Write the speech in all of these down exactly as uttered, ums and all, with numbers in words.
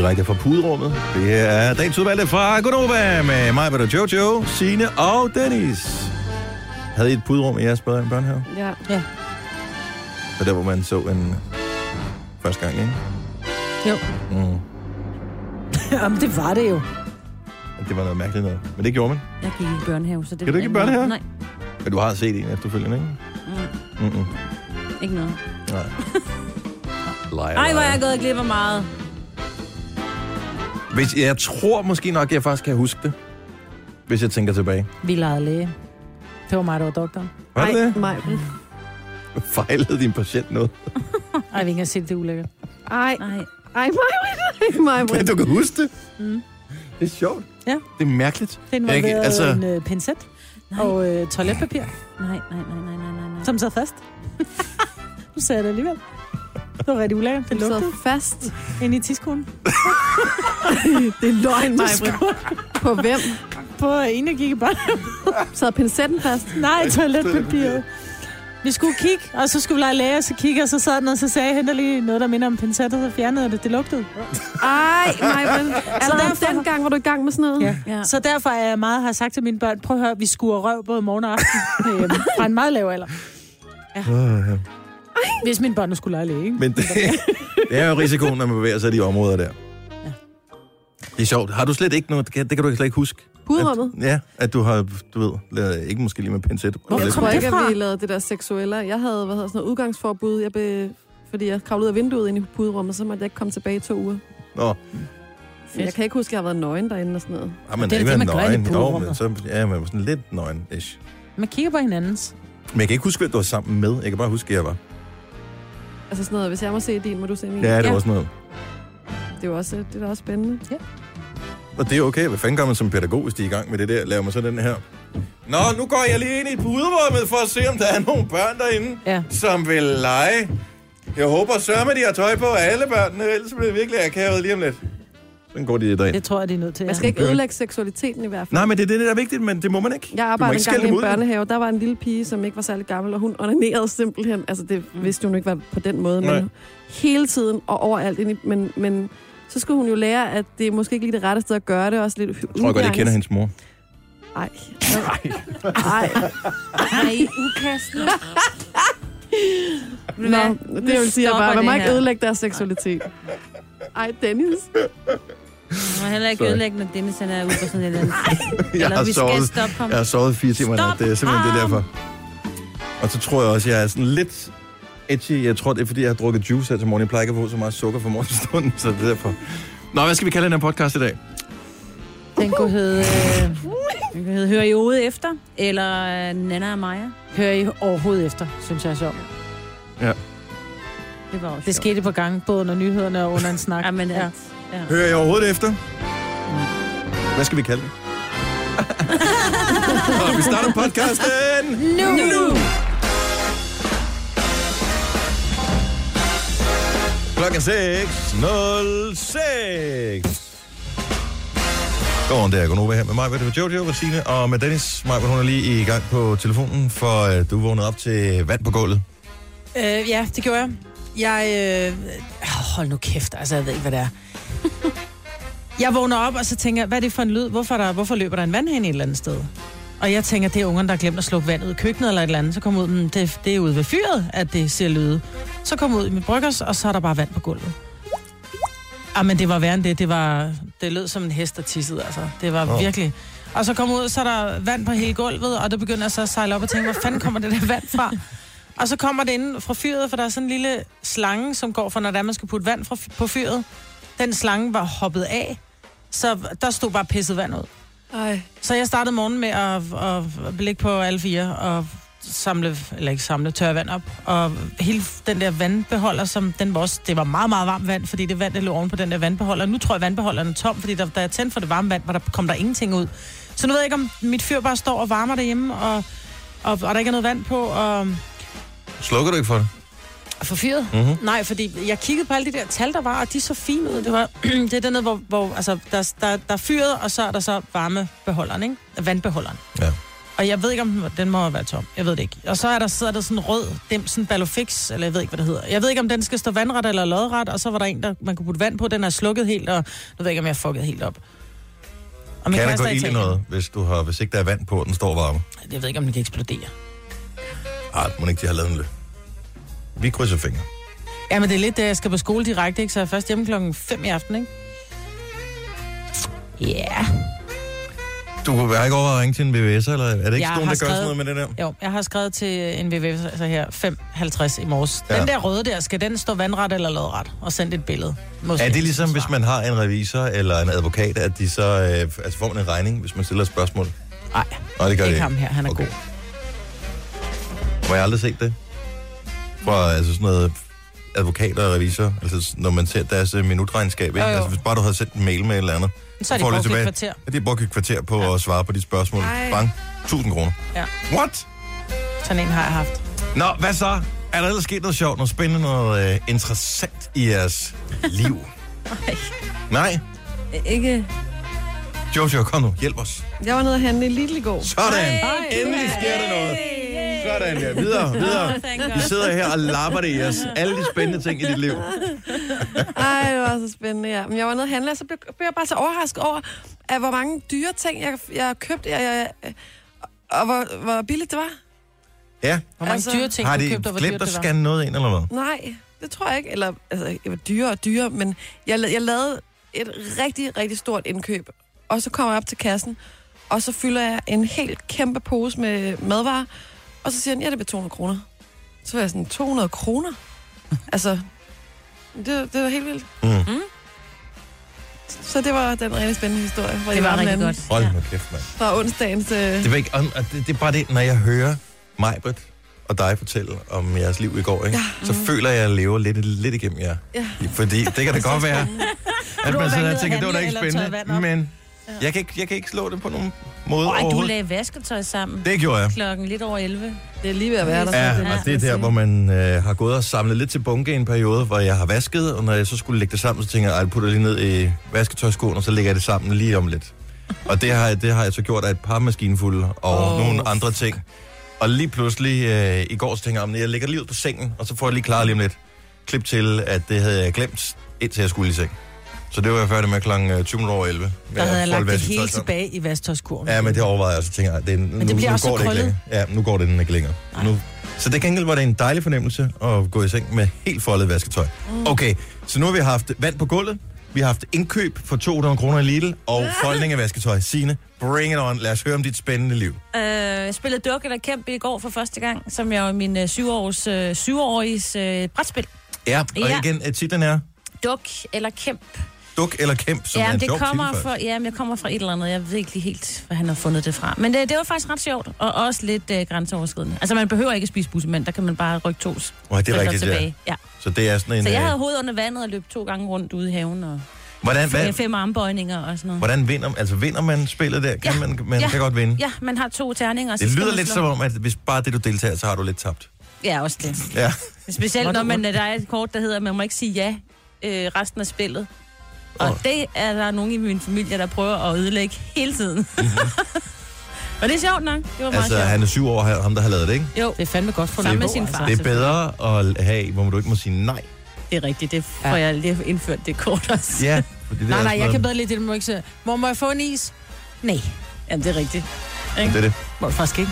direkte fra puderummet. Det er dagens udvalgte fra Gonova med mig, Peter, Jojo, Signe og Dennis. Havde I et puderum i jeres børnehave? Ja. Ja. Så der, hvor man så en første gang, ikke? Jo. Mm. Jamen, det var det jo. Det var noget mærkeligt noget. Men det gjorde man. Jeg gik i børnehave, så det... Kan du ikke i børnehave? Nej. Men du har set en efterfølgende, ikke? Mm. Mm-mm. Ikke noget. Nej. Liar, Ej, hvor er jeg liar. gået og glip af meget. Hvis, jeg tror måske nok, jeg faktisk kan huske det. Hvis jeg tænker tilbage. Vi legede læge. Det var mig, der var doktoren. Var det det? Nej. Fejlede din patient noget? Ej, vi kan ikke engang se det, det er ulækkert. Ej. Nej. Ej, mig, mig, Men du kan huske det? Mm. Det er sjovt. Ja. Det er mærkeligt. Det Jeg kan- involverede altså- en øh, pincet Nej. og øh, toiletpapir, Nej, nej, nej, nej, nej, nej, nej. som sad fast. Nu sagde jeg det alligevel. Det var rigtig ulækkert. Det Du lugtede sad fast. inde i tidskolen. Det er løgn, mig. På hvem? På en, der gik i børn. Sad pincetten fast? Nej, toiletpapiret. Vi skulle kigge, og så skulle vi lege læge, og så kigge, og så sad den, og så sagde jeg, henter lige noget, der minder om pincet, og så fjernede jeg det. Det lugtede. Ej, mig. Allerede derfor- den gang var du i gang med sådan noget? Ja. Ja. Så derfor er jeg meget, har jeg sagt til mine børn, prøv at høre, vi skuer røv både morgen og aften derhjemme, fra en meget lav alder. Uh, Hvis mine børn nu skulle lege læge, ikke? Men det, det er jo risikoen, når man bevæger sig i de områder der. Ja. Det er sjovt. Har du slet ikke noget, det kan, det kan du slet ikke huske? Puderummet? At, ja, at du har, du ved, lavet, ikke måske lige med pincet. Hvor Jeg Lidt tror kom det ikke, fra? at vi lavede det der seksuelle. Jeg havde hvad hedder, sådan noget udgangsforbud, jeg be, fordi jeg kravlede ud af vinduet ind i puderummet, så måtte jeg ikke komme tilbage i to uger. Nå, Men jeg kan ikke huske, at jeg har været nøgen derinde og sådan noget. ja, men Det er ikke det, man været gør i nøgen. Jo, puderummet. men så, ja, man var sådan lidt nøgen-ish. Man kigger på hinandens. Men jeg kan ikke huske, hvem du var sammen med. Jeg kan bare huske, at jeg var. Altså sådan noget, hvis jeg må se din, må du se min. Ja, det var Ja. også noget. Det er jo også, det er da også spændende. Og det er okay. Hvad fanden gør man som pædagog, hvis de er i gang med det der? Laver man så den her? Nå, nu går jeg lige ind i puderummet for at se, om der er nogle børn derinde, Ja. som vil lege. Jeg håber sørme, de har tøj på, alle børnene, ellers bliver det virkelig akavet lige om lidt. Sådan går de derind. Det tror jeg, de er nødt til. Man skal ikke ødelægge seksualiteten i hvert fald. Nej, men det er det, der er vigtigt, men det må man ikke. Jeg Du må arbejdede ikke en gang skælde i dem en ud. børnehave. Der var en lille pige, som ikke var særlig gammel, og hun onanerede simpelthen. Altså, det vidste hun ikke var på den måde, Nej. men hele tiden og overalt. Ind i, men, men så skulle hun jo lære, at det er måske ikke lige det rette sted at gøre det. Også lidt Jeg tror godt, jeg kender hendes mor. Ej. Ej. Ej, upassende. Nå, det vil sige, at bare, man må ikke ødelægge. ødelægge deres seksualitet. Ej, Dennis. Man må heller ikke Sorry. ødelægge, når Dennis han er ude på sådan et eller andet. Jeg Eller har vi skal sovet, stoppe ham. jeg har sovet fire timer i nat. Stop Det er simpelthen det ham! derfor. Og så tror jeg også, jeg er sådan lidt edgy. Jeg tror, det er, fordi jeg har drukket juice her til morgen. Jeg plejer ikke at få så meget sukker for morgenstunden, så det er derfor. Nå, hvad skal vi kalde den her podcast i dag? Den kunne hedde... Øh, Den kan hedde Hør I ude efter, eller øh, Nana og Maja. hører I overhovedet efter, synes jeg er sjovt. Det var også Det skete på gang, både under nyhederne og under en snak. Ja, men ja. Ja. Hører I overhovedet efter? Hvad skal vi kalde den? Og vi starter podcasten Nu! nu. klokken seks nul seks. Godmorgen, det er Gunova her med mig, med Jojo og Signe, og med Dennis. Mig, hun er lige i gang på telefonen, for uh, du vågnede op til vand på gulvet. Øh, ja, det gjorde jeg. Jeg... Øh, hold nu kæft, altså jeg ved ikke, hvad det er. Jeg vågner op, og så tænker jeg, hvad er det for en lyd? Hvorfor, der, hvorfor løber der en vandhane et eller andet sted? Og jeg tænker, det er ungerne, der har glemt at slukke vand ud i køkkenet eller et eller andet. Så kommer ud, mm, det, det er ude ved fyret, at det ser lyde. Så kommer ud i mit bryggers, og så er der bare vand på gulvet. Ah, men det var værre end det. Det, var, det lød som en hest, der tissede, altså. Det var Oh. oh. virkelig... Og så kom ud, så er der vand på hele gulvet, og der begynder jeg så at sejle op og tænke, hvor fanden kommer det der vand fra? Og så kommer det inden fra fyret, for der er sådan en lille slange, som går for, når der man skal putte vand fra, på fyret. Den slange var hoppet af, så der stod bare pisset vand ud. Ej. Så jeg startede morgenen med at, at ligge på alle fire og samle, eller ikke samle, tørre vand op. Og hele den der vandbeholder, som den var også, det var meget, meget varmt vand, fordi det vand, der lå oven på den der vandbeholder. Nu tror jeg, vandbeholderen er tom, fordi der, da jeg tændte for det varme vand, var der, kom der ingenting ud. Så nu ved jeg ikke, om mit fyr bare står og varmer derhjemme, og, og, og der ikke er noget vand på, og... Slukker du ikke for det? For fyret? Mm-hmm. Nej, fordi jeg kiggede på alle de der tal, der var, og de så fine ud. Det, var, det er dernede, hvor, hvor altså, der, der, der er fyret, og så er der så varmebeholderen, ikke? Vandbeholderen. Ja. Og jeg ved ikke, om den må være tom. Jeg ved det ikke. Og så er der, så er der sådan en rød Dimsen Ballofix, eller jeg ved ikke, hvad det hedder. Jeg ved ikke, om den skal stå vandret eller lodret, og så var der en, der man kunne putte vand på. Den er slukket helt, og jeg ved ikke, om jeg har fucket helt op. Og kan der gå ild i noget, hvis, du har, hvis ikke der er vand på, og den står varme? Jeg ved ikke, om den kan eksplodere. Ej, må ikke de har lavet en løb. Vi krydser fingre. Ja, men det er lidt, at jeg skal på skole direkte, ikke? Så jeg er først hjemme klokken fem i aften, ikke? Ja. Yeah. Du har ikke overvejet at ringe til en V V S, eller er det ikke Jeg nogen, der har gør sådan skrevet- noget med det der? Jo, jeg har skrevet til en V V S altså her fem halvtreds i morges. Ja. Den der røde der, skal den stå vandret eller lodret? Og sendt et billede. Måske. Er det ligesom, hvis man har en revisor eller en advokat, at de så øh, altså får man en regning, hvis man stiller et spørgsmål? Nej, Nej, det gør ikke det ham her, han er Okay. god. Må jeg aldrig set det? Fra altså sådan noget advokater og revisor, altså når man ser deres øh, minutregnskab, ikke? Jo, jo. Altså hvis bare du havde sendt en mail med et eller andet. Så er de får du brugt et tilbage. kvarter. Ja, de har brugt et kvarter på ja. at svare på de spørgsmål. Ej. Bang. tusind kroner. Ja. What? Sådan en har jeg haft. Nå, hvad så? Er der ellers sket noget sjovt, noget spændende, noget øh, interessant i jeres liv? Nej. Nej? Ikke. Jojo, kom nu, hjælp os. Jeg var nede og handle i Lidl i går. Sådan. Ej. Endelig sker der noget. Sådan, ja. Videre, videre. Vi sidder her og lapper det i os. Alle de spændende ting i dit liv. Ej, det var så spændende, ja. Men jeg var nede og handle, og så blev, blev jeg bare så overrasket over, at hvor mange dyre ting, jeg, jeg købte, jeg, jeg, og hvor, hvor billigt det var. Ja. Hvor mange Altså, dyre ting, Har du de købte, og hvor glemt dyrt at det var? scanne noget ind, eller hvad? Nej, det tror jeg ikke. Eller, altså, jeg var dyre og dyre, men jeg, la- jeg lavede et rigtig, rigtig stort indkøb. Og så kommer jeg op til kassen, og så fylder jeg en helt kæmpe pose med madvarer, og så siger han, ja, det bliver to hundrede kroner. Så var jeg sådan, to hundrede kroner? Altså, det, det var helt vildt. Mm. Mm. Så det var den rigtig spændende historie. Hvor Det jeg var med rigtig anden godt. Hold Ja. nu kæft, mand. Fra onsdagens... Øh... Det er, ikke, og det, det er bare det, når jeg hører Majbrit og dig fortælle om jeres liv i går, ikke? Ja. Så føler jeg, at jeg lever lidt, lidt igennem jer. Ja. Fordi det kan da godt være, at Du man har sidder været og tænker, det var da nede ikke og handle eller spændende. tørret vand Men jeg kan, ikke, jeg kan ikke slå det på nogen måde Ej, du overhovedet. lagde vasketøj sammen Det gjorde jeg. klokken lidt over elleve. Det er lige ved at være der. Ja, så og det er der, hvor man øh, har gået og samlet lidt til bunke i en periode, hvor jeg har vasket, og når jeg så skulle lægge det sammen, så tænker jeg, at jeg putter lige ned i vasketøjskoen, og så lægger jeg det sammen lige om lidt. Og det har, jeg- det har jeg så gjort af et par maskinfulde og Åh. oh. nogle andre ting. Og lige pludselig øh, i går, så tænker jeg, om jeg lægger det lige ud på sengen, og så får jeg lige klaret lige om lidt. Klip til, at det havde jeg glemt, indtil jeg skulle i seng. Så det var jeg færdig med klokken tyve over elleve. Der havde jeg lagt det vasketøj hele sammen. tilbage i vasktøjskurven. Ja, men det overvejer jeg, så tænker jeg, det, er- nu, det bliver nu også går det ikke krøllet. længere. Ja, nu går det den ikke længere. Nu. Så det gengæld var det en dejlig fornemmelse at gå i seng med helt foldet vasketøj. Okay, så nu har vi haft vand på gulvet, vi har haft indkøb for to hundrede kroner i Lidl, og foldning af vasketøj. Signe, bring it on. Lad os høre om dit spændende liv. Øh, jeg spillede duk eller kæmpe i går for første gang, som jeg var min øh, syvårs, øh, syvåriges øh, brætspil. Ja, og Ja. igen, øh, titlen er Duk eller kæmp. Duk eller Kæmp, som er Ja, en det sjov kommer titel, fra, faktisk. ja, jeg kommer fra et eller andet. Jeg ved ikke lige helt, hvad han har fundet det fra. Men det, det var faktisk ret sjovt, og også lidt øh, grænseoverskridende. Altså, man behøver ikke at spise bussemand, der kan man bare rykke to Åh, det er rigtigt, tilbage. Ja. ja. Så det er sådan en... Så jeg øh, havde hovedet under vandet og løb to gange rundt ude i haven, og hvordan, hvad, f- fem armbøjninger og sådan noget. hvordan vinder, altså vinder man spillet der? Kan Ja. man, man Ja. kan godt vinde? Ja, man har to terninger. og så Det skal lyder man lidt slå. som om, at hvis bare det, du deltager, så har du lidt tabt. Ja, også det. Ja. Specielt Hvor når du- man, der er et kort, der hedder, at man må ikke sige ja øh, resten af spillet. Og Åh. det er der nogen i min familie, der prøver at ødelægge hele tiden. Mm-hmm. Og det er sjovt nok. Det var meget Altså, sjovt. han er syv år, ham der har lavet det, ikke? Jo, Det er fandme godt for Sammen niveau, med sin altså. far. Det er bedre at have, hvor du ikke må sige nej. det er rigtigt. Det får Ja. jeg lige indført det kort også. Ja, fordi det Nej, er nej, sådan jeg kan noget- bedre lide det, du må ikke sige. Hvor må jeg få en is? Nej, Jamen, det er rigtigt. Det er det. må jeg faktisk ikke.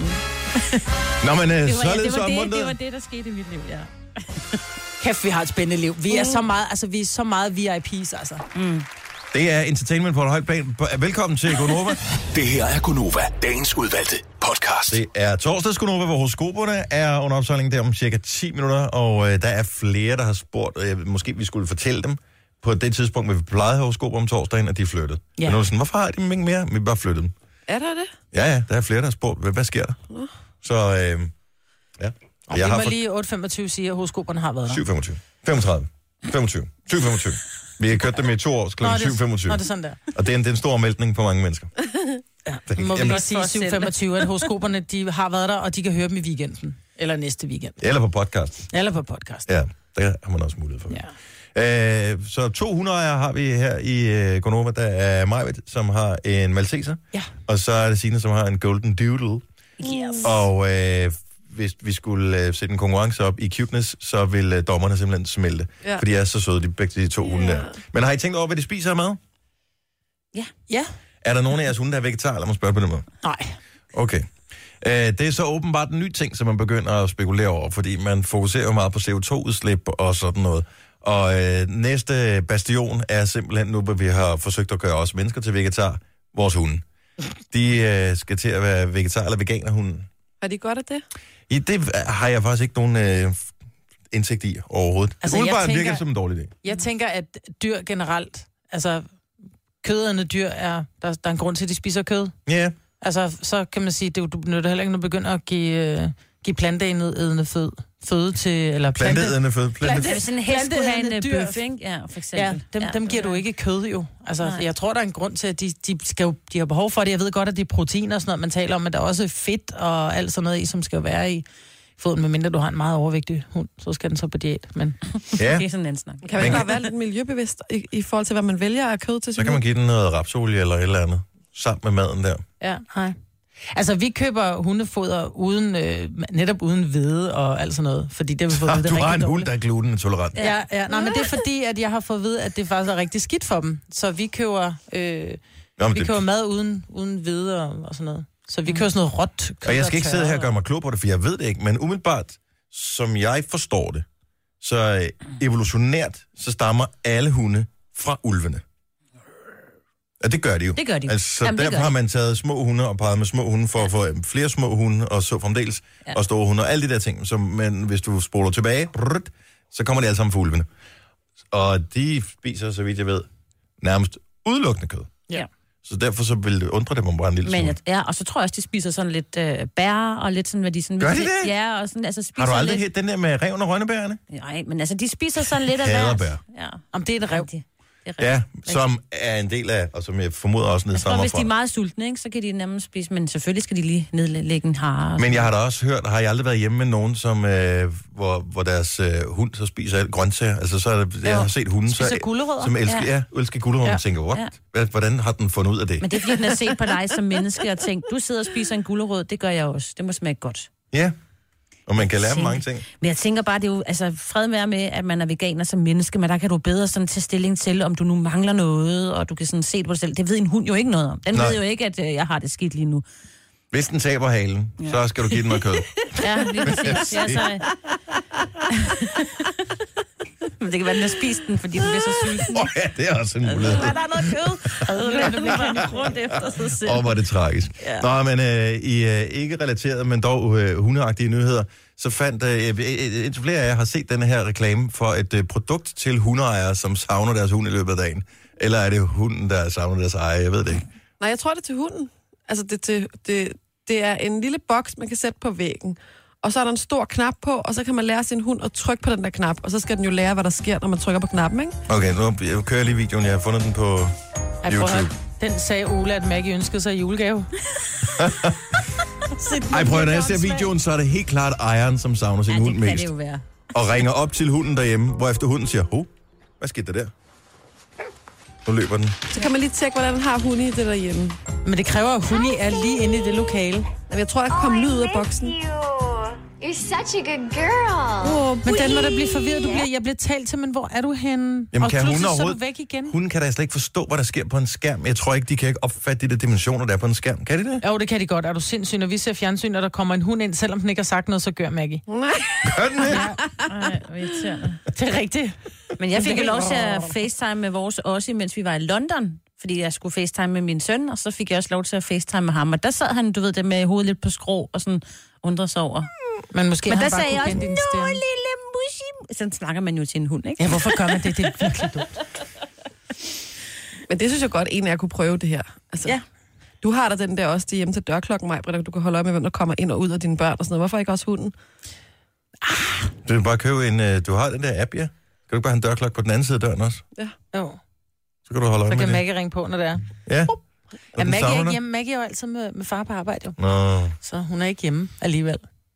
Nå, men øh, Det var, ja, således det, var det, opmuntret. det var det, der skete i mit liv, ja. Kæft, vi har et spændende liv. Vi er så meget, altså vi er så meget V I P's, altså. Mm. Det er entertainment på et højt plan. Velkommen til Gonova. Det her er Gonova, dagens udvalgte podcast. Det er torsdags Gonova, hvor horoskoperne er under opsejling der om cirka ti minutter, og øh, der er flere, der har spurgt, øh, måske vi skulle fortælle dem på det tidspunkt, hvor vi plejede horoskoper om torsdagen, at de er flyttet. Ja. Men nu er det sådan, hvorfor har de dem ikke mere? Men vi bare flyttet dem. Er der det? Ja, ja, der er flere, der har spurgt, hvad, hvad sker der? Så, øh, ja. Og Og jeg vi har må fået lige otte femogtyve sige, at horoskoperne har været der. syv femogtyve, femogtredive, femogtyve, syv femogtyve. Vi har kørt dem i to år, Nå, klokken det er- syv femogtyve. Nå, det er sådan der. Og det er en, det er en stor omvæltning for mange mennesker. Ja. Det- Må vi Jamen- lige sige syv femogtyve, at horoskoperne de har været der, og de kan høre dem i weekenden. Eller næste weekend. Eller på podcast. Eller på podcast. Ja, der har man også mulighed for. Ja. Øh, så to hundeejere har vi her i øh, Gonova. Der er Majved, som har en malteser. Ja. Og så er det Signe, som har en golden doodle. Yes. Og øh, hvis vi skulle øh, sætte en konkurrence op i cuteness, så vil øh, dommerne simpelthen smelte. Ja. For de er så søde, de begge de to yeah. hunde der. Men har I tænkt over, hvad de spiser af mad? Ja. Ja. Er der nogen af jeres hunde, der er vegetar? Lad mig spørge på den måde. Nej. Okay. Øh, det er så åbenbart en ny ting, som man begynder at spekulere over, fordi man fokuserer jo meget på C O to udslip og sådan noget. Og øh, næste bastion er simpelthen nu, hvor vi har forsøgt at gøre os mennesker til vegetar, vores hunde. De øh, skal til at være vegetar eller veganerhunde. Er de godt af det? I det har jeg faktisk ikke nogen øh, indsigt i overhovedet. Altså, Det jeg umiddelbart tænker- virker som en dårlig idé. Jeg tænker, at dyr generelt, altså kødædende dyr, er, der, der er en grund til, at de spiser kød. Ja, yeah. Altså, så kan man sige, det, du benytter heller ikke, når du begynder at give, øh, give planteædende fød, føde til, eller plante... Planteædende fød. Plante... Hvis sådan en hest skulle have en Planteædende dyr. bøf, ikke? Ja, for Ja, eksempel. dem, ja, dem giver du ikke kød jo. Altså, Nej. jeg tror, der er en grund til, at de, de, skal jo, de har behov for det. Jeg ved godt, at det er protein og sådan noget, man taler om, men der er også fedt og alt sådan noget i, som skal være i foden, medmindre du har en meget overvægtig hund, så skal den så på diæt. Men Ja, Det er sådan en anden snak. Kan man ikke bare være lidt miljøbevidst i, i forhold til, hvad man vælger af kød til så sin kan man hund? give den noget rapsolie eller et eller andet, sammen med maden der. ja, nej. Altså, vi køber hundefoder uden, øh, netop uden hvede og alt sådan noget, fordi det har vi fået at vide, det Du er har rigtig en hund, dårligt. der er glutenintolerant. Ja, ja, nej, men det er fordi, at jeg har fået at vide, at det faktisk er rigtig skidt for dem. Så vi køber, øh, Nå, men vi det... køber mad uden, uden hvede og, og sådan noget. Så vi køber sådan noget råt kød. Og jeg skal ikke sidde her og gøre tørret. mig klog på det, for jeg ved det ikke, men umiddelbart, som jeg forstår det, så øh, evolutionært, så stammer alle hunde fra ulvene. Ja, det gør de jo. Det gør de. Altså, Jamen, det derfor gør har de. man taget små hunde og peget med små hunde for at få øh, flere små hunde, og så fremdeles, ja. Ja. og store hunde, og alle de der ting. Så, men hvis du spoler tilbage, brrrt, så kommer de alle sammen fra ulvene. Og de spiser, så vidt jeg ved, nærmest udelukkende kød. Ja. Så derfor så vil det undre det mig bare en lille Men smule. ja, og så tror jeg også, de spiser sådan lidt øh, bær, og lidt sådan, hvad de sådan... Gør de lidt, det? Ja, og sådan, altså spiser Har du aldrig lidt... helt den der med reven og rønnebærerne? Nej, men altså, de spiser sådan lidt af Hader hvert. bær. Ja. Om det er et rev. Det, det er Ja, rigtigt. som er en del af, og som jeg formoder også Altså, nedstammer hvis de er fra. meget sultne, ikke, så kan de nemmest spise, men selvfølgelig skal de lige nedlægge en hare. Men jeg har da også hørt, har jeg aldrig været hjemme med nogen, som, øh, hvor, hvor deres øh, hund så spiser alt grøntsager? Altså, så er det, jeg har set hunden, så, Spiser gulerødder. som elsker, ja. Ja, elsker gulerødder, Ja. ja. tænker, what? Ja. Hvad, hvordan har den fundet ud af det? Men det er fordi, den har set på dig som menneske og tænkt, du sidder og spiser en gulerod, det gør jeg også. Det må smage godt. Ja, og man kan lære dem mange ting. Men jeg tænker bare, det er jo, altså fred være med, at man er veganer som menneske, men der kan du bedre sådan tage stilling til, om du nu mangler noget, og du kan sådan se det på dig selv. Det ved en hund jo ikke noget om. Den Nej. ved jo ikke, at øh, jeg har det skidt lige nu. Hvis den taber halen, ja. så skal du give den noget kød. Ja, lige præcis. Ja, så... Men det kan være, at den har spist den, fordi den bliver så sulten. Åh oh, ja, det er også en mulighed. Er der noget kød? Den bliver kørt rundt efter sig selv. Åh, hvor er det tragisk. Ja. Nå, men øh, i øh, ikke relateret, men dog øh, hundeagtige nyheder, så fandt, øh, indtil flere af jer har set den her reklame for et øh, produkt til hundeejere, som savner deres hund i løbet af dagen. Eller er det hunden, der savner deres ejer? Jeg ved det ikke. Nej, jeg tror, det er til hunden. Altså, det, er til, det, det er en lille boks, man kan sætte på væggen. Og så er der en stor knap på, og så kan man lære sin hund at trykke på den der knap. Og så skal den jo lære, hvad der sker, når man trykker på knappen, ikke? Okay, nu jeg kører jeg lige videoen. Jeg har fundet den på Ej, prøv at YouTube. høre. Den sagde Ole, at Maggie ønskede sig i julegave. Ej, prøv at når jeg ser videoen, så er det helt klart ejeren, som savner sin Ja, hund det kan mest. det jo være. Og ringer op til hunden derhjemme, hvor efter hunden siger, hov, hvad skete der der? Nu løber den. Så kan man lige tjekke, hvordan den har hund i det derhjemme. Men det kræver, at Hunni er lige inde i det lokale. Men jeg tror, der kom lyd ud af boksen. You're such a good girl. Oh, men den må da blive forvirret. Du bliver, jeg bliver talt til, men hvor er du henne? Jamen, og kan pludselig hun så er overhovedet... du væk igen. Hunden kan da slet ikke forstå, hvad der sker på en skærm. Jeg tror ikke, de kan ikke opfatte de der dimensioner, der er på en skærm. Kan de det? Jo, det kan de godt. Er du sindssyg? Når vi ser fjernsyn, og der kommer en hund ind, selvom den ikke har sagt noget, så gør Maggie. Nej. Gør den det? Ej, hvor irriterende. Det er rigtigt. Men jeg fik jo lov til at facetime med vores også, mens vi var i London. Fordi jeg skulle facetime med min søn, og så fik jeg også lov til at facetime med ham. Og der sad han, du ved det, med hovedet lidt på skrå, og sådan undrede sig over. Men måske Men han der bare sagde jeg kunne også, kende din nå stemme. lille musi. Sådan snakker man jo til en hund, ikke? Ja, hvorfor gør man det? Det er virkelig dumt. Men det synes jeg godt, en af jer kunne prøve det her. Altså, Ja. Du har da den der også hjemme til dørklokken, Maj, du kan holde øje med, hvem der kommer ind og ud af dine børn og sådan noget. Hvorfor ikke også hunden? Du kan bare købe en... øh, Du har den der app, ja? Kan du ikke bare have en dørklokke på den anden side af døren også? Ja. Jo, Så kan du holde øje så med kan det. Maggie ringe på, når det er. Ja. Ja, den Maggie er savner ikke dig? hjemme. Maggie er jo altid med, med far på arbejde, jo. Nå. Så hun er ikke hjemme alligevel.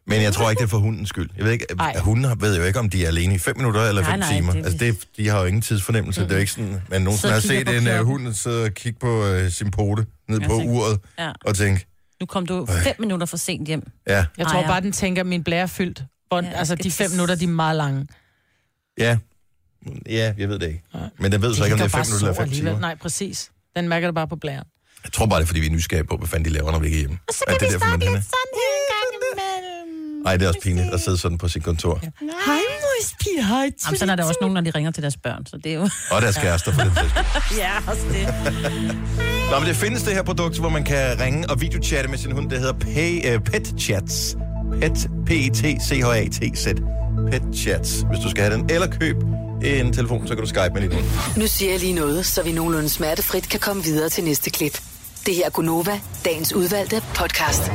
Men jeg tror ikke, det er for hundens skyld. Jeg ved ikke, Ej. at hunden ved jo ikke, om de er alene i fem minutter eller Nej, fem nej, timer. det- Altså, det, de har jo ingen tidsfornemmelse. Mm. Det er jo ikke sådan, man nogensinde Sidder har og kigger set på en uh, klokken. hund sidde og kigge på uh, sin pote ned Jeg på tænker- uret Ja. og tænke, Nu kom du fem minutter for sent hjem. ja, Jeg tror Ej, ja. bare, den tænker, at min blære er fyldt. Hvor, Ja, altså, skal de fem tis- minutter, de er meget lange. ja, ja, jeg ved det ikke. Men den ved så ikke, om det er fem minutter eller fem timer. Nej, præcis. Den mærker det bare på blæren. Jeg tror bare, det er, fordi vi er nysgerrige på, hvad fanden de laver, når vi ikke er hjemme. Og så At kan det vi er derfor, man starte hænder. lidt sådan her en gang imellem. Ej, det er også pinligt at sidde sådan på sit kontor. Hej, Moisby, hej. Jamen, sådan er der også nogen, når de ringer til deres børn, så det er jo... Og deres kærester for den sags skyld. Ja, også det. Nå, men det findes det her produkt, hvor man kan ringe og videochatte med sin hund. Det hedder Pay, uh, Pet Chats. Pet, P E T C H A T Z. Pet Chats, hvis du skal have den. Eller køb en telefon, så kan du Skype med din hund. Nu siger jeg lige noget, så vi nogenlunde smertefrit kan komme videre til næste klip. Det her er Gunova, dagens udvalgte podcast.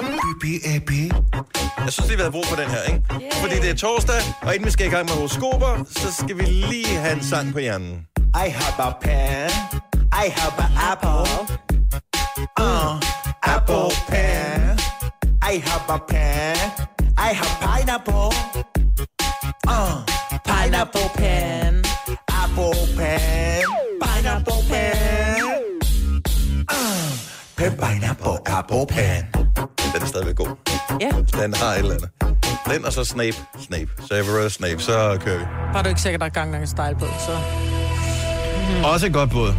Jeg synes, det har været brug for den her, ikke? Yeah. Fordi det er torsdag, og inden vi skal i gang med horoskoper, så skal vi lige have en sang på hjernen. I have a pen. I have an apple. Uh, apple pen. I have a pen. I have pineapple. Uh, pineapple pen. Apple pen. Pineapple pen. Uh, pen, pineapple, apple pen. Den er stadigvæk god. Ja, Den har et eller andet. Den og så Snape. Snape. Severus Snape. Så kører vi. bare du ikke sikkert, der er gang nok en style på, så... Mm. Også et godt bud.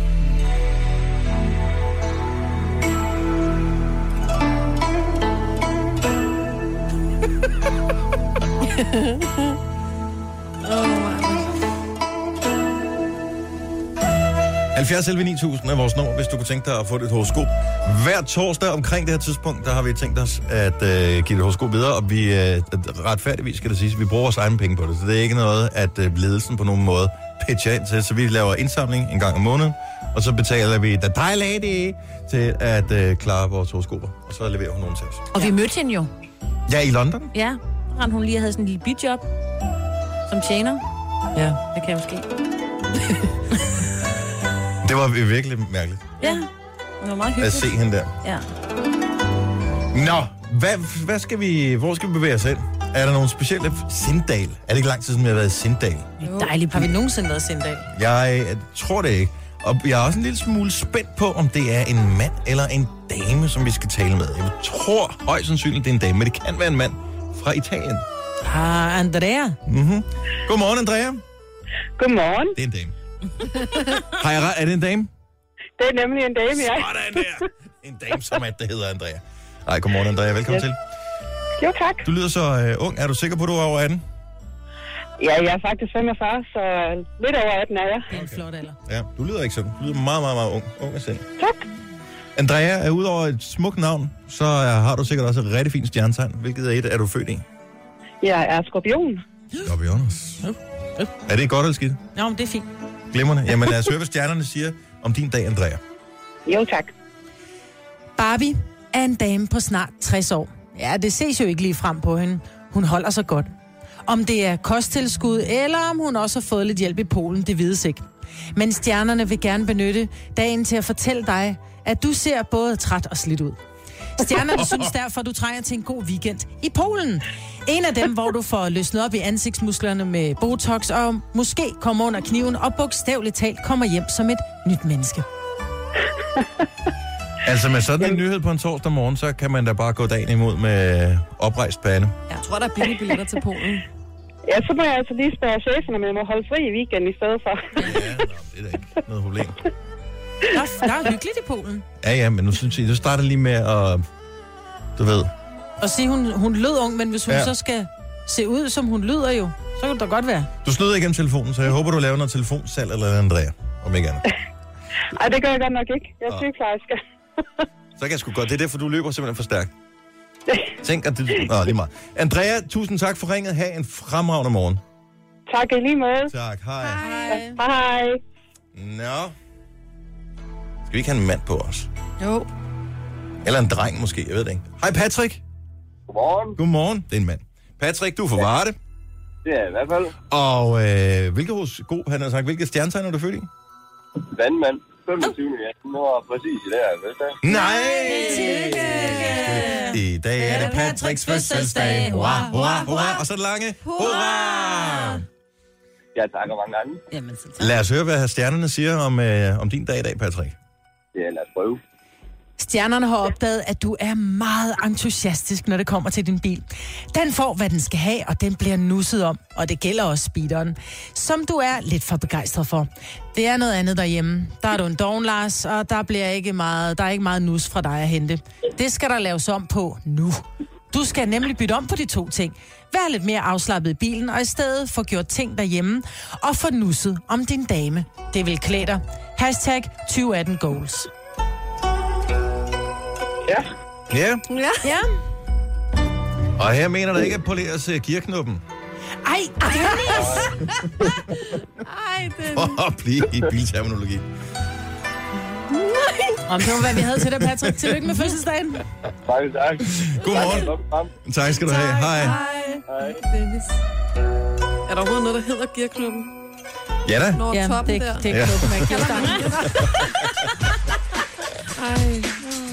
halvfjerds elleve ni tusind er vores nummer, hvis du kunne tænke dig at få et horoskop. Hver torsdag omkring det her tidspunkt, der har vi tænkt os at øh, give et horoskop videre, og vi øh, retfærdigvis skal det siges, vi bruger vores egne penge på det, så det er ikke noget, at øh, ledelsen på nogen måde pitcher ind til, så vi laver indsamling en gang om måneden, og så betaler vi the Thai Lady til at øh, klare vores horoskoper, og så leverer hun nogen til os. Og vi mødte hende jo. Ja, i London. Ja, rendte hun lige og havde sådan en lille bidjob som tjener. Ja. Det kan jo ske. Det var virkelig mærkeligt Ja, det var meget at hyggeligt. se hende der. Ja. Nå, hvad, hvad skal vi, hvor skal vi bevæge os hen? Er der nogle specielle... Sindal. Er det ikke lang tid, siden vi har været i Sindal? Dejligt Har vi by. nogensinde været Sindal? Jeg tror det ikke. Og jeg er også en lille smule spændt på, om det er en mand eller en dame, som vi skal tale med. Jeg tror højst sandsynligt, det er en dame, men det kan være en mand fra Italien. Ah, Andrea. Mm-hmm. Godmorgen, Andrea. Godmorgen. Det er en dame. Har jeg ret? Er det en dame? Det er nemlig en dame, ja. Sådan der. En dame, som at det hedder Andrea. Nej, godmorgen, Andrea. Velkommen Yes. til. Jo, tak. Du lyder så uh, ung. Er du sikker på, at du er over atten? Ja, jeg er faktisk femogfyrre, så lidt over atten er jeg. Det er en flot alder. Ja, du lyder ikke sådan. Du lyder meget, meget, meget ung. Ung af sind. Tak. Andrea, er udover et smukt navn, så uh, har du sikkert også et rigtig fint stjernetegn. Hvilket er et, er du født i? Jeg er skorpion. Skorpionus. Er det godt eller skidt? Nå, men det er fint. Glimrende. Jamen lad os høre, hvad stjernerne siger om din dag, Andrea. Jo, tak. Barbie er en dame på snart tres år. Ja, det ses jo ikke lige frem på hende. Hun holder sig godt. Om det er kosttilskud, eller om hun også har fået lidt hjælp i Polen, det vides ikke. Men stjernerne vil gerne benytte dagen til at fortælle dig, at du ser både træt og slidt ud. Stjernerne synes derfor, at du trænger til en god weekend i Polen. En af dem, hvor du får løsnet op i ansigtsmusklerne med Botox, og måske kommer under kniven og bogstaveligt talt kommer hjem som et nyt menneske. Altså med sådan en nyhed på en torsdag morgen, så kan man da bare gå dagen imod med oprejst pande. Jeg tror, der er billige billetter til Polen. Ja, så må jeg altså lige spørge cheferne, om jeg må holde fri i weekenden i stedet for. Ja, nå, det er da ikke noget problem. Der er, der er hyggeligt i Polen. Ja, ja, men nu synes jeg, du starter lige med at, du ved, Og sige, hun, hun lød ung, men hvis hun Ja. ja. så skal se ud, som hun lyder jo, så kan det da godt være. du snyder igennem telefonen, så jeg håber, du laver noget telefonsalg eller Andrea, om ikke andet. Ej, det gør jeg godt nok ikke. Jeg er Nå. sygeplejerske. Så kan jeg sgu godt. Det er derfor, du løber simpelthen for stærkt. Tænk, at det... Nå, lige meget. Andrea, tusind tak for ringet. Ha' en fremragende morgen. Tak i lige måde. Tak, hej. Hej. Nå. Skal vi ikke have en mand på os? Jo. Eller en dreng måske, jeg ved det ikke. Hej Patrick. Godmorgen. Godmorgen. Det er en mand. Patrick, du er fra Varde. Det er i hvert fald Og øh, hvilket horoskop, han har sagt, hvilket stjernetegn er du født i? vandmand. femogtyvende Ja, nu var præcis i dag, vel da? Nej! I dag er det Patricks fødselsdag. Hurra, hurra, hurra. Og så det lange. Hurra! Ja, tak og mange gange. Jamen, så tak. Lad os høre, hvad stjernerne siger om, øh, om din dag i dag, Patrick. Ja, lad os prøve. Stjernerne har opdaget, at du er meget entusiastisk, når det kommer til din bil. Den får, hvad den skal have, og den bliver nusset om. Og det gælder også speederen, som du er lidt for begejstret for. Det er noget andet derhjemme. Der er du en doven, Lars, og der, bliver ikke meget, der er ikke meget nus fra dig at hente. Det skal der laves om på nu. Du skal nemlig bytte om på de to ting. Vær lidt mere afslappet i bilen, og i stedet få gjort ting derhjemme, og få nusset om din dame. Det vil klæde dig. Hashtag tyve atten goals. Ja. Ja, Ja. Ja. og her mener der ikke at poleres uh, gearknoppen. Ej, Dennis! Ej, den... For at blive i bilterminologi. Om det var, hvad vi havde til dig, Patrick. Tillykke med fødselsdagen. Tak, tak. Godmorgen. Tak skal du have. Hej. Hej. Dennis. Er der overhovedet noget, der hedder gearknoppen? Ja da. Når Ja, toppen det, der? det er Ja. knuppen af gearstangen. Ej.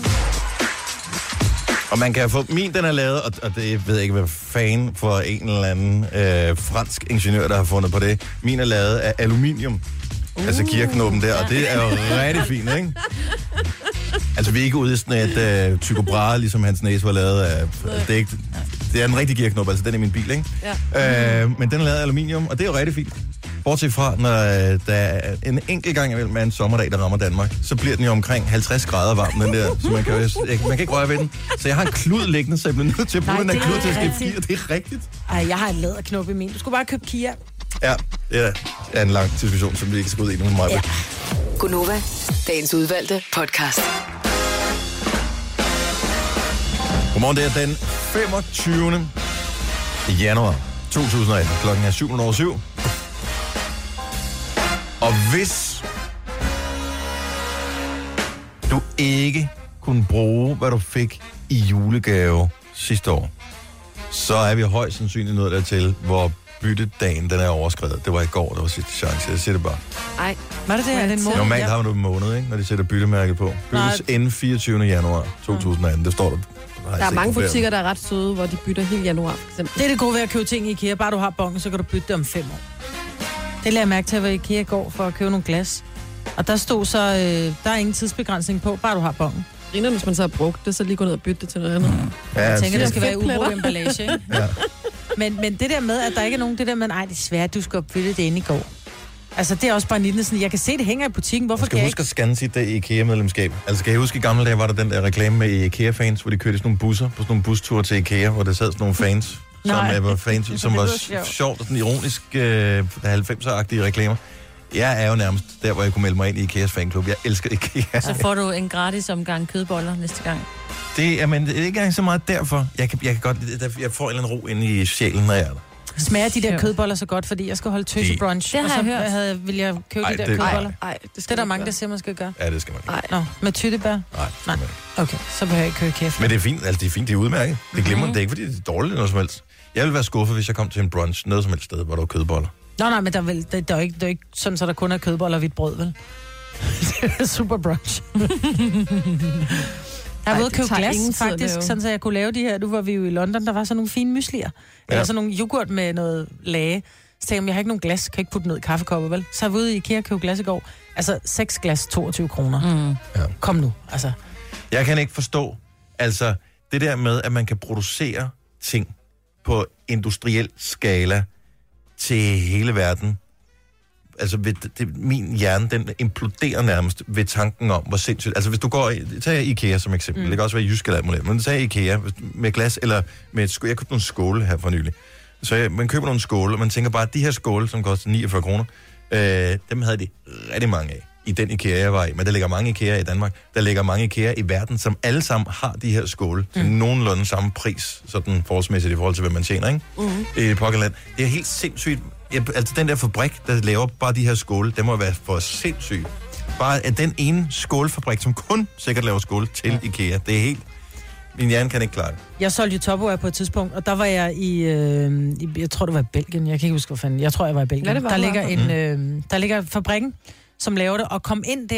Og man kan få... Min, den er lavet, og, og det jeg ved jeg ikke, hvad fan for en eller anden øh, fransk ingeniør, der har fundet på det. Min er lavet af aluminium. Uh, altså gearknoppen der, og det er jo rigtig fint, ikke? Altså, vi er ikke ude i sådan et øh, Tycho Brahe, ligesom hans næse var lavet af... Det er, ikke, det er en rigtig gearknop, altså den er min bil, ikke? Ja. Øh, men den er lavet af aluminium, og det er jo rigtig fint. Bortset fra, når øh, der er en enkelt gang imellem en sommerdag, der rammer Danmark, så bliver den jo omkring halvtreds grader varm, den der. Så man kan, jo, jeg, man kan ikke røre ved den. Så jeg har en klud liggende, så jeg bliver nødt til at bruge Nej, den der det er klud til at skifte rigtigt. gear. Det er rigtigt. Ej, jeg har en læderknop i min. Du skulle bare købe Kia. Ja, det er en lang diskussion, som vi ikke skal ud i nu med mig. Ja. Gunova, dagens udvalgte podcast. Godmorgen, det er den femogtyvende januar to tusind og atten. Klokken er syv minutter over syv. Og hvis du ikke kunne bruge, hvad du fik i julegave sidste år, så er vi højst sandsynligt nået dertil, hvor byttedagen den er overskredet. Det var i går, der var sidste chance. Jeg siger det bare. Ej. Var det det? Er det en måned? Normalt Ja. har du en måned, ikke, når de sætter byttemærket på. Byttes inden fireogtyvende januar to tusind og atten. Det står der. Der er mange butikker, der er ret søde, hvor de bytter hele januar, for eksempel. Det er det gode ved at købe ting i IKEA. Bare du har bongen, så kan du bytte det om fem år. Det lader jeg mærke til, at jeg var i IKEA i går for at købe nogle glas. Og der stod så, øh, der er ingen tidsbegrænsning på, bare du har bongen. Griner, hvis man så har brugt det, så lige gå ned og bytte det til noget andet. Ja, Jeg tænker, det det skal være Fedtpletter. ubrugt emballage, ikke? Ja. Men, men det der med, at der ikke er nogen, det der med, nej, det er svært, du skal bytte det ind i går. Altså, det er også bare nitten sådan, jeg kan se, det hænger i butikken, hvorfor Man skal kan jeg huske at scanne sit uh, IKEA-medlemskab. Altså, kan jeg huske, i gamle dage var der den der reklame med IKEA-fans, hvor de kørte i sådan nogle busser, på sådan nogle busture til IKEA, hvor der sad sådan nogle fans, som Nej. uh, var fans, som Det var lyder s- sjovt. sjovt og sådan ironisk uh, halvfemser-agtige reklamer. Jeg er jo nærmest der, hvor jeg kunne melde mig ind i IKEAs fanklub. Jeg elsker IKEA. Så får du en gratis omgang kødboller næste gang. Det er, men det er ikke engang så meget derfor. Jeg kan, jeg kan godt, jeg får en eller anden ro ind i sjælen, når jeg er der. Smager de der kødboller så godt, fordi jeg skal holde tøsebrunch. Det har og så jeg hørt. Havde, vil jeg købe Ej, de der det- kødboller. Ej, det Det skal er der man mange, gøre. der siger, man skal gøre. Ja, det skal man ikke. Ej. Nå, med tyttebær? Nej, Nej. nej. Okay, så behøver jeg ikke købe kæft. Men det er fint, altså det er fint, det er udmærket. Det glemmer mm-hmm. Det er ikke, fordi det er dårligt eller noget som helst. Jeg ville være skuffet, hvis jeg kom til en brunch, noget som helst sted, hvor der var kødboller. Nå, nej, men der er, vel, der, der er jo ikke, der er ikke sådan, så der kun er kødboller og hvidt brød, vel? Det er super brunch. Jeg har Ej, været det ude at købe tager glas, ingen tid at faktisk, lave. sådan så jeg kunne lave de her. Nu var vi jo i London, der var sådan nogle fine myslier. Ja. Eller sådan nogle yoghurt med noget lage. Så tænkte jeg, jeg har ikke nogen glas, kan jeg ikke putte ned i kaffekopper, vel? Så jeg var ude i IKEA og købe glas i går. Altså, seks glas, toogtyve kroner. Mm. Ja. Kom nu, altså. Jeg kan ikke forstå, altså det der med, at man kan producere ting på industriel skala til hele verden. Altså ved, det, min hjerne, den imploderer nærmest ved tanken om, hvor sindssygt. Altså hvis du går, i- tag IKEA som eksempel, mm. det kan også være Jysk eller alt muligt, men tag IKEA med glas, eller med et skål. Jeg købte nogle skåle her for nylig. Så jeg, man køber nogle skåle, og man tænker bare, at de her skåle, som koster niogfyrre kroner, øh, dem havde de rigtig mange af i den IKEA, jeg var i. Men der ligger mange IKEA i Danmark. Der ligger mange IKEA i verden, som alle sammen har de her skåle til mm. nogenlunde samme pris, sådan forholdsmæssigt i forhold til, hvad man tjener, ikke? Mm. I det pågældende land. Det er helt sindssygt. Jeg, altså den der fabrik, der laver bare de her skåle, det må være for sindssygt. Bare at den ene skålfabrik, som kun sikkert laver skåle til ja. IKEA, det er helt... Min hjerne kan ikke klare det. Jeg solgte jo Tupperware på et tidspunkt, og der var jeg i, øh, i, jeg tror det var i Belgien, jeg kan ikke huske, hvor fanden, jeg tror jeg var i Belgien. Ja, det var der, du ligger i en, øh, der ligger fabrikken, som laver det, og kom ind der,